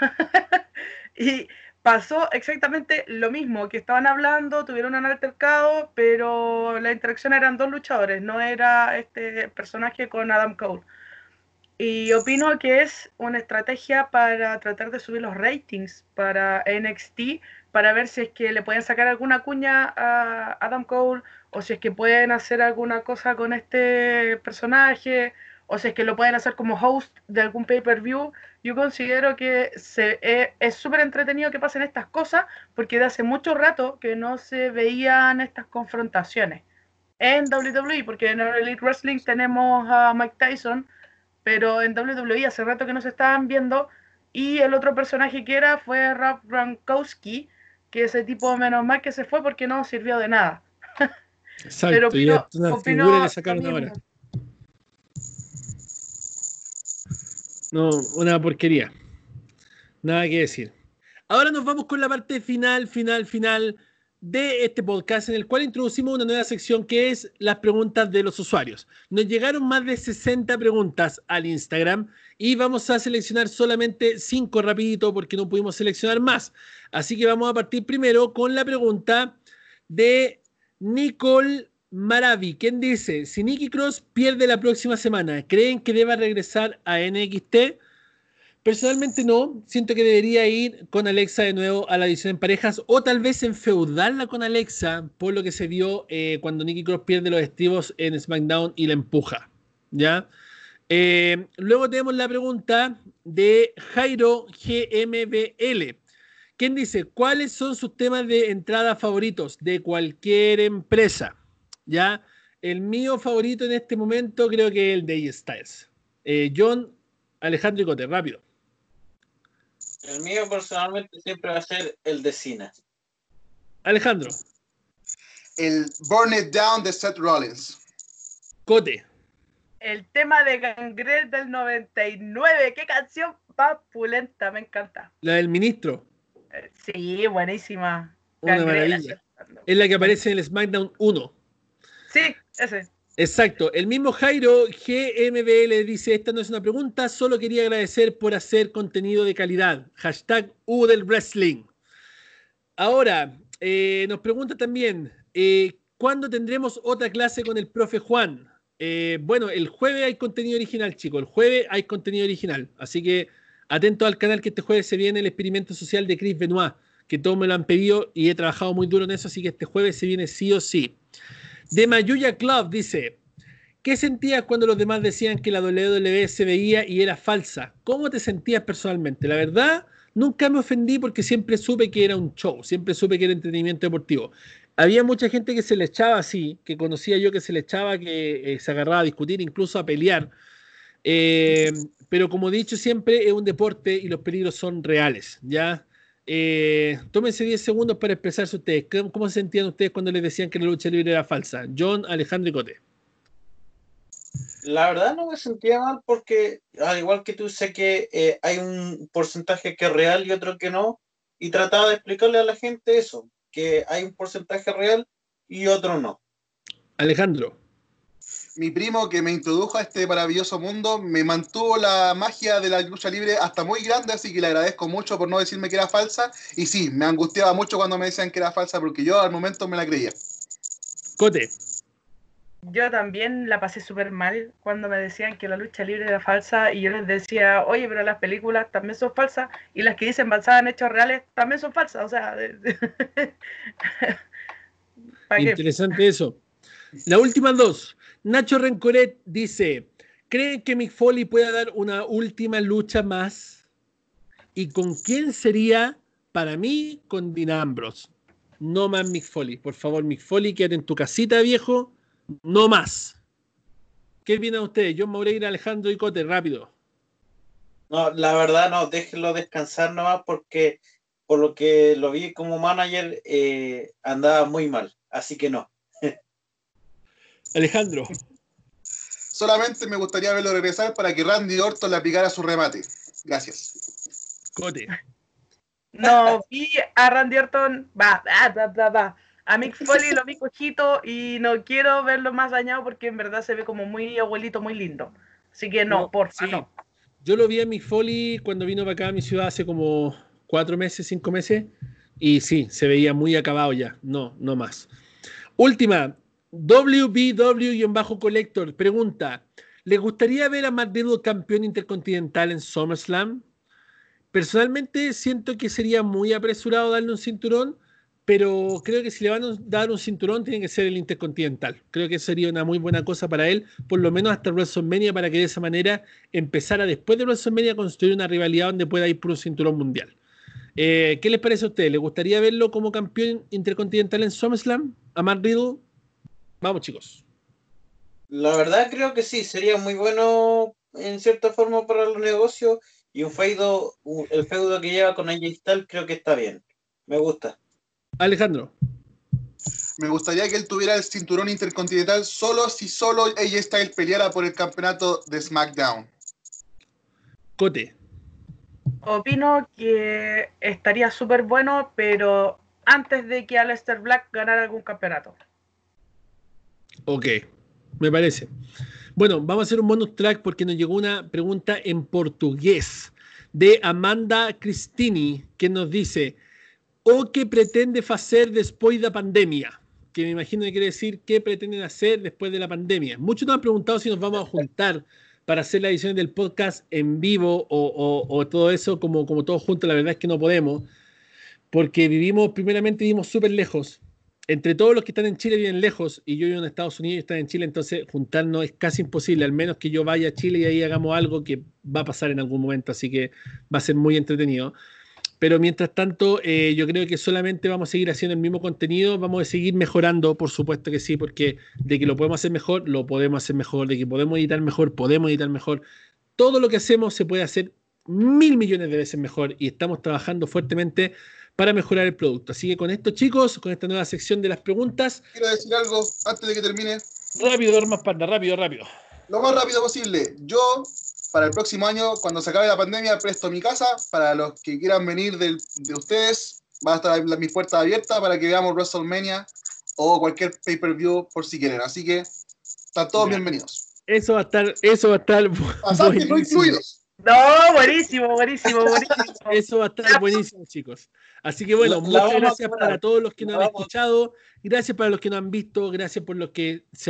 Y pasó exactamente lo mismo, que estaban hablando, tuvieron un altercado, pero la interacción eran dos luchadores, no era este personaje con Adam Cole. Y opino que es una estrategia para tratar de subir los ratings para N X T, para ver si es que le pueden sacar alguna cuña a Adam Cole, o si es que pueden hacer alguna cosa con este personaje, o si es que lo pueden hacer como host de algún pay-per-view. Yo considero que se, eh, es súper entretenido que pasen estas cosas, porque de hace mucho rato que no se veían estas confrontaciones en W W E, porque en el Elite Wrestling tenemos a Mike Tyson, pero en W W E hace rato que no se estaban viendo, y el otro personaje que era fue Rob Gronkowski, que ese tipo menos mal que se fue porque no sirvió de nada. Exacto, Pero opino, y es una opino figura que sacaron lo ahora. mismo. No, una porquería. Nada que decir. Ahora nos vamos con la parte final, final, final de este podcast, en el cual introducimos una nueva sección que es las preguntas de los usuarios. Nos llegaron más de sesenta preguntas al Instagram y vamos a seleccionar solamente cinco rapidito porque no pudimos seleccionar más. Así que vamos a partir primero con la pregunta de Nicole Maravi, quien dice: si Nikki Cross pierde la próxima semana, ¿creen que deba regresar a N X T? Personalmente no, siento que debería ir con Alexa de nuevo a la edición en parejas, o tal vez enfeudarla con Alexa por lo que se vio eh, cuando Nikki Cross pierde los estribos en SmackDown y la empuja, ¿ya? Eh, luego tenemos la pregunta de Jairo G M B L, quien dice: ¿cuáles son sus temas de entrada favoritos de cualquier empresa? ¿Ya? El mío favorito en este momento creo que es el de A J Styles. Eh, John, Alejandro y Cote, rápido. El mío personalmente siempre va a ser el de Cena. Alejandro. El Burn It Down de Seth Rollins. Cote. El tema de Gangrel del noventa y nueve, qué canción papulenta, me encanta. La del ministro. Sí, buenísima. Una Gangrel, maravilla. Es la que aparece en el SmackDown uno. Sí, ese. Exacto. El mismo Jairo G M B L dice: esta no es una pregunta, solo quería agradecer por hacer contenido de calidad. Hashtag U del Wrestling. Ahora, eh, nos pregunta también, eh, ¿cuándo tendremos otra clase con el profe Juan? Eh, bueno, el jueves hay contenido original, chicos. El jueves hay contenido original. Así que atento al canal, que este jueves se viene el experimento social de Chris Benoit, que todos me lo han pedido y he trabajado muy duro en eso, así que este jueves se viene sí o sí. De Mayuya Club dice: ¿qué sentías cuando los demás decían que la doble u doble u E se veía y era falsa? ¿Cómo te sentías personalmente? La verdad, nunca me ofendí porque siempre supe que era un show, siempre supe que era entretenimiento deportivo. Había mucha gente que se le echaba así, que conocía yo que se le echaba, que eh, se agarraba a discutir, incluso a pelear. Eh, pero como he dicho siempre, es un deporte y los peligros son reales, ¿ya? Eh, tómense diez segundos para expresarse ustedes. ¿Cómo, cómo se sentían ustedes cuando les decían que la lucha libre era falsa? John, Alejandro y Cote. La verdad no me sentía mal porque, al igual que tú, sé que eh, hay un porcentaje que es real y otro que no, y trataba de explicarle a la gente eso, que hay un porcentaje real y otro no. Alejandro. Mi primo que me introdujo a este maravilloso mundo me mantuvo la magia de la lucha libre hasta muy grande, así que le agradezco mucho por no decirme que era falsa. Y sí, me angustiaba mucho cuando me decían que era falsa porque yo al momento me la creía. Cote. Yo también la pasé súper mal cuando me decían que la lucha libre era falsa y yo les decía, oye, pero las películas también son falsas y las que dicen basadas en hechos reales también son falsas, o sea... ¿para qué? Interesante eso. La última dos. Nacho Rencoret dice, ¿creen que Mick Foley pueda dar una última lucha más? ¿Y con quién sería? Para mí, con Dean Ambrose. No más Mick Foley. Por favor, Mick Foley, quédate en tu casita, viejo. No más. ¿Qué opinan ustedes? John Moreira, Alejandro y Cote, rápido. No, la verdad no, déjenlo descansar nomás porque por lo que lo vi como manager eh, andaba muy mal, así que no. Alejandro. Solamente me gustaría verlo regresar para que Randy Orton le aplicara su remate. Gracias. Cote. No, vi a Randy Orton, va, va, va, va, va. A Mick Foley lo vi cojito y no quiero verlo más dañado porque en verdad se ve como muy abuelito, muy lindo. Así que no, No, porfa, sí. no. Yo lo vi a Mick Foley cuando vino para acá a mi ciudad hace como cuatro meses, cinco meses. Y sí, se veía muy acabado ya. No, no más. Última. W B W-Collector pregunta, ¿les gustaría ver a Matt Riddle campeón intercontinental en SummerSlam? Personalmente siento que sería muy apresurado darle un cinturón, pero creo que si le van a dar un cinturón tiene que ser el intercontinental. Creo que sería una muy buena cosa para él, por lo menos hasta WrestleMania, para que de esa manera empezara después de WrestleMania a construir una rivalidad donde pueda ir por un cinturón mundial. Eh, ¿Qué les parece a ustedes? ¿Les gustaría verlo como campeón intercontinental en SummerSlam? ¿A Matt Riddle? Vamos, chicos. La verdad creo que sí, sería muy bueno en cierta forma para los negocios y un feudo, un- el feudo que lleva con A J Styles creo que está bien. Me gusta. Alejandro. Me gustaría que él tuviera el cinturón intercontinental solo si solo A J Styles peleara por el campeonato de SmackDown. Cote. Opino que estaría súper bueno, pero antes de que Aleister Black ganara algún campeonato. Ok, me parece. Bueno, vamos a hacer un bonus track porque nos llegó una pregunta en portugués de Amanda Cristini, que nos dice, ¿o qué pretende hacer después de la pandemia? Que me imagino que quiere decir qué pretenden hacer después de la pandemia. Muchos nos han preguntado si nos vamos a juntar para hacer las ediciones del podcast en vivo o, o, o todo eso como, como todos juntos. La verdad es que no podemos, porque vivimos, primeramente vivimos súper lejos. Entre todos los que están en Chile viven lejos y yo vivo en Estados Unidos y están en Chile, entonces juntarnos es casi imposible, al menos que yo vaya a Chile y ahí hagamos algo que va a pasar en algún momento, así que va a ser muy entretenido. Pero mientras tanto, eh, yo creo que solamente vamos a seguir haciendo el mismo contenido, vamos a seguir mejorando, por supuesto que sí, porque de que lo podemos hacer mejor, lo podemos hacer mejor, de que podemos editar mejor, podemos editar mejor. Todo lo que hacemos se puede hacer mil millones de veces mejor y estamos trabajando fuertemente para mejorar el producto. Así que con esto, chicos, con esta nueva sección de las preguntas. Quiero decir algo antes de que termine. Rápido, armas panda, rápido, rápido. Lo más rápido posible. Yo, para el próximo año, cuando se acabe la pandemia, presto mi casa. Para los que quieran venir del, de ustedes, van a estar las, mis puertas abiertas para que veamos WrestleMania o cualquier pay-per-view por si quieren. Así que están todos Ya. bienvenidos. Eso va a estar, eso va a estar Pasantes no incluidos. No, buenísimo, buenísimo, buenísimo. Eso va a estar buenísimo, chicos. Así que bueno, La- la muchas vamos a gracias probar. para todos los que nos La han vamos a- escuchado, gracias para los que nos han visto, gracias por los que se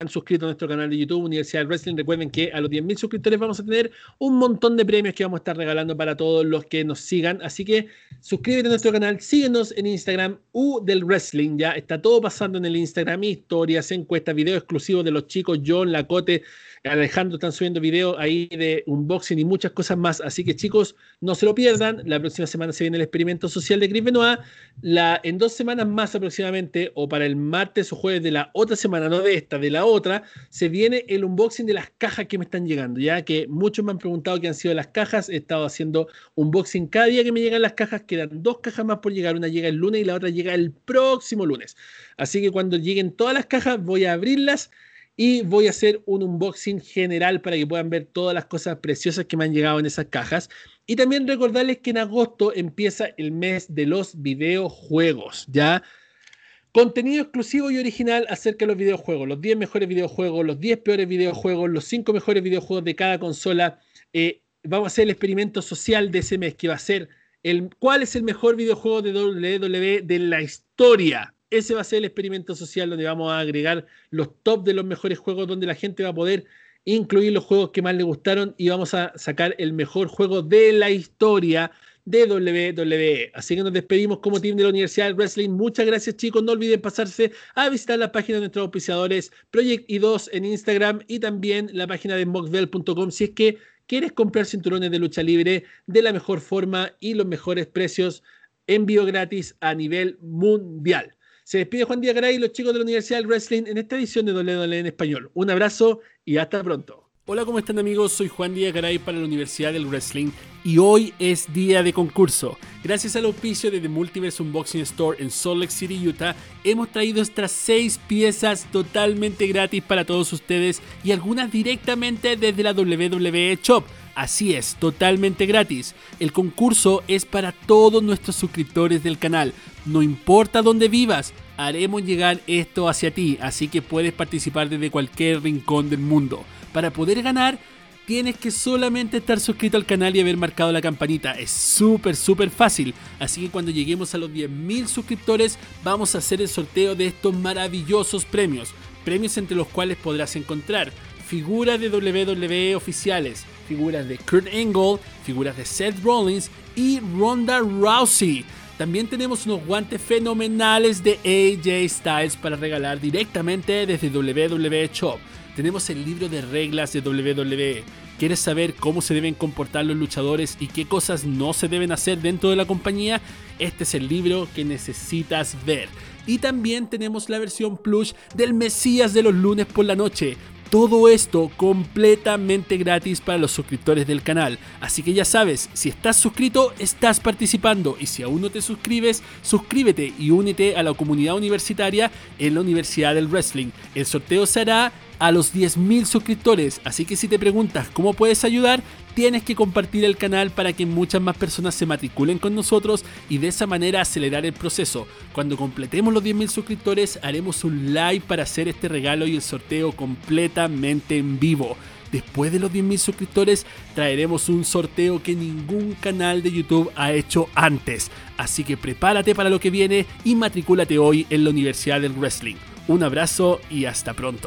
suscritos a nuestro canal de YouTube, Universidad del Wrestling. Recuerden que a los diez mil suscriptores vamos a tener un montón de premios que vamos a estar regalando para todos los que nos sigan. Así que suscríbete a nuestro canal, síguenos en Instagram, U del Wrestling. Ya está todo pasando en el Instagram, historias, encuestas, videos exclusivos de los chicos, John, Lacote, Alejandro están subiendo videos ahí de unboxing y muchas cosas más. Así que chicos, no se lo pierdan. La próxima semana se viene el experimento social de Chris Benoit. La, en dos semanas más aproximadamente, o para el martes o jueves de la otra semana, no de esta, de la otra, se viene el unboxing de las cajas que me están llegando. Ya que muchos me han preguntado qué han sido las cajas. He estado haciendo unboxing cada día que me llegan las cajas. Quedan dos cajas más por llegar. Una llega el lunes y la otra llega el próximo lunes. Así que cuando lleguen todas las cajas voy a abrirlas y voy a hacer un unboxing general para que puedan ver todas las cosas preciosas que me han llegado en esas cajas. Y también recordarles que en agosto empieza el mes de los videojuegos, ¿ya? Contenido exclusivo y original acerca de los videojuegos. Los diez mejores videojuegos, los diez peores videojuegos, los cinco mejores videojuegos de cada consola. Eh, vamos a hacer el experimento social de ese mes, que va a ser el, ¿cuál es el mejor videojuego de doble u doble u E de la historia? Ese va a ser el experimento social donde vamos a agregar los top de los mejores juegos, donde la gente va a poder incluir los juegos que más le gustaron y vamos a sacar el mejor juego de la historia de doble u doble u E. Así que nos despedimos como team de la Universidad del Wrestling. Muchas gracias, chicos. No olviden pasarse a visitar la página de nuestros auspiciadores Project I dos en Instagram y también la página de mockbell punto com si es que quieres comprar cinturones de lucha libre de la mejor forma y los mejores precios, envío gratis a nivel mundial. Se despide Juan Díaz Garay y los chicos de la Universidad del Wrestling en esta edición de doble u doble u E en español. Un abrazo y hasta pronto. Hola, ¿cómo están amigos? Soy Juan Díaz Garay para la Universidad del Wrestling y hoy es día de concurso. Gracias al auspicio de The Multiverse Unboxing Store en Salt Lake City, Utah, hemos traído estas seis piezas totalmente gratis para todos ustedes y algunas directamente desde la doble u doble u E Shop. Así es, totalmente gratis. El concurso es para todos nuestros suscriptores del canal. No importa dónde vivas, haremos llegar esto hacia ti, así que puedes participar desde cualquier rincón del mundo. Para poder ganar, tienes que solamente estar suscrito al canal y haber marcado la campanita. Es súper, súper fácil. Así que cuando lleguemos a los diez mil suscriptores, vamos a hacer el sorteo de estos maravillosos premios. Premios entre los cuales podrás encontrar figuras de doble u doble u E oficiales, figuras de Kurt Angle, figuras de Seth Rollins y Ronda Rousey. También tenemos unos guantes fenomenales de A J Styles para regalar directamente desde doble u doble u E Shop. Tenemos el libro de reglas de doble u doble u E. ¿Quieres saber cómo se deben comportar los luchadores y qué cosas no se deben hacer dentro de la compañía? Este es el libro que necesitas ver. Y también tenemos la versión plush del Mesías de los lunes por la noche. Todo esto completamente gratis para los suscriptores del canal. Así que ya sabes, si estás suscrito, estás participando. Y si aún no te suscribes, suscríbete y únete a la comunidad universitaria en la Universidad del Wrestling. El sorteo se hará a los diez mil suscriptores. Así que si te preguntas cómo puedes ayudar, tienes que compartir el canal para que muchas más personas se matriculen con nosotros y de esa manera acelerar el proceso. Cuando completemos los diez mil suscriptores, haremos un live para hacer este regalo y el sorteo completamente en vivo. Después de los diez mil suscriptores, traeremos un sorteo que ningún canal de YouTube ha hecho antes. Así que prepárate para lo que viene y matricúlate hoy en la Universidad del Wrestling. Un abrazo y hasta pronto.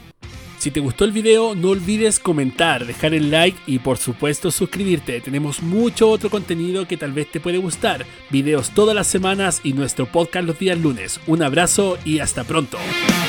Si te gustó el video, no olvides comentar, dejar el like y por supuesto suscribirte. Tenemos mucho otro contenido que tal vez te puede gustar. Videos todas las semanas y nuestro podcast los días lunes. Un abrazo y hasta pronto.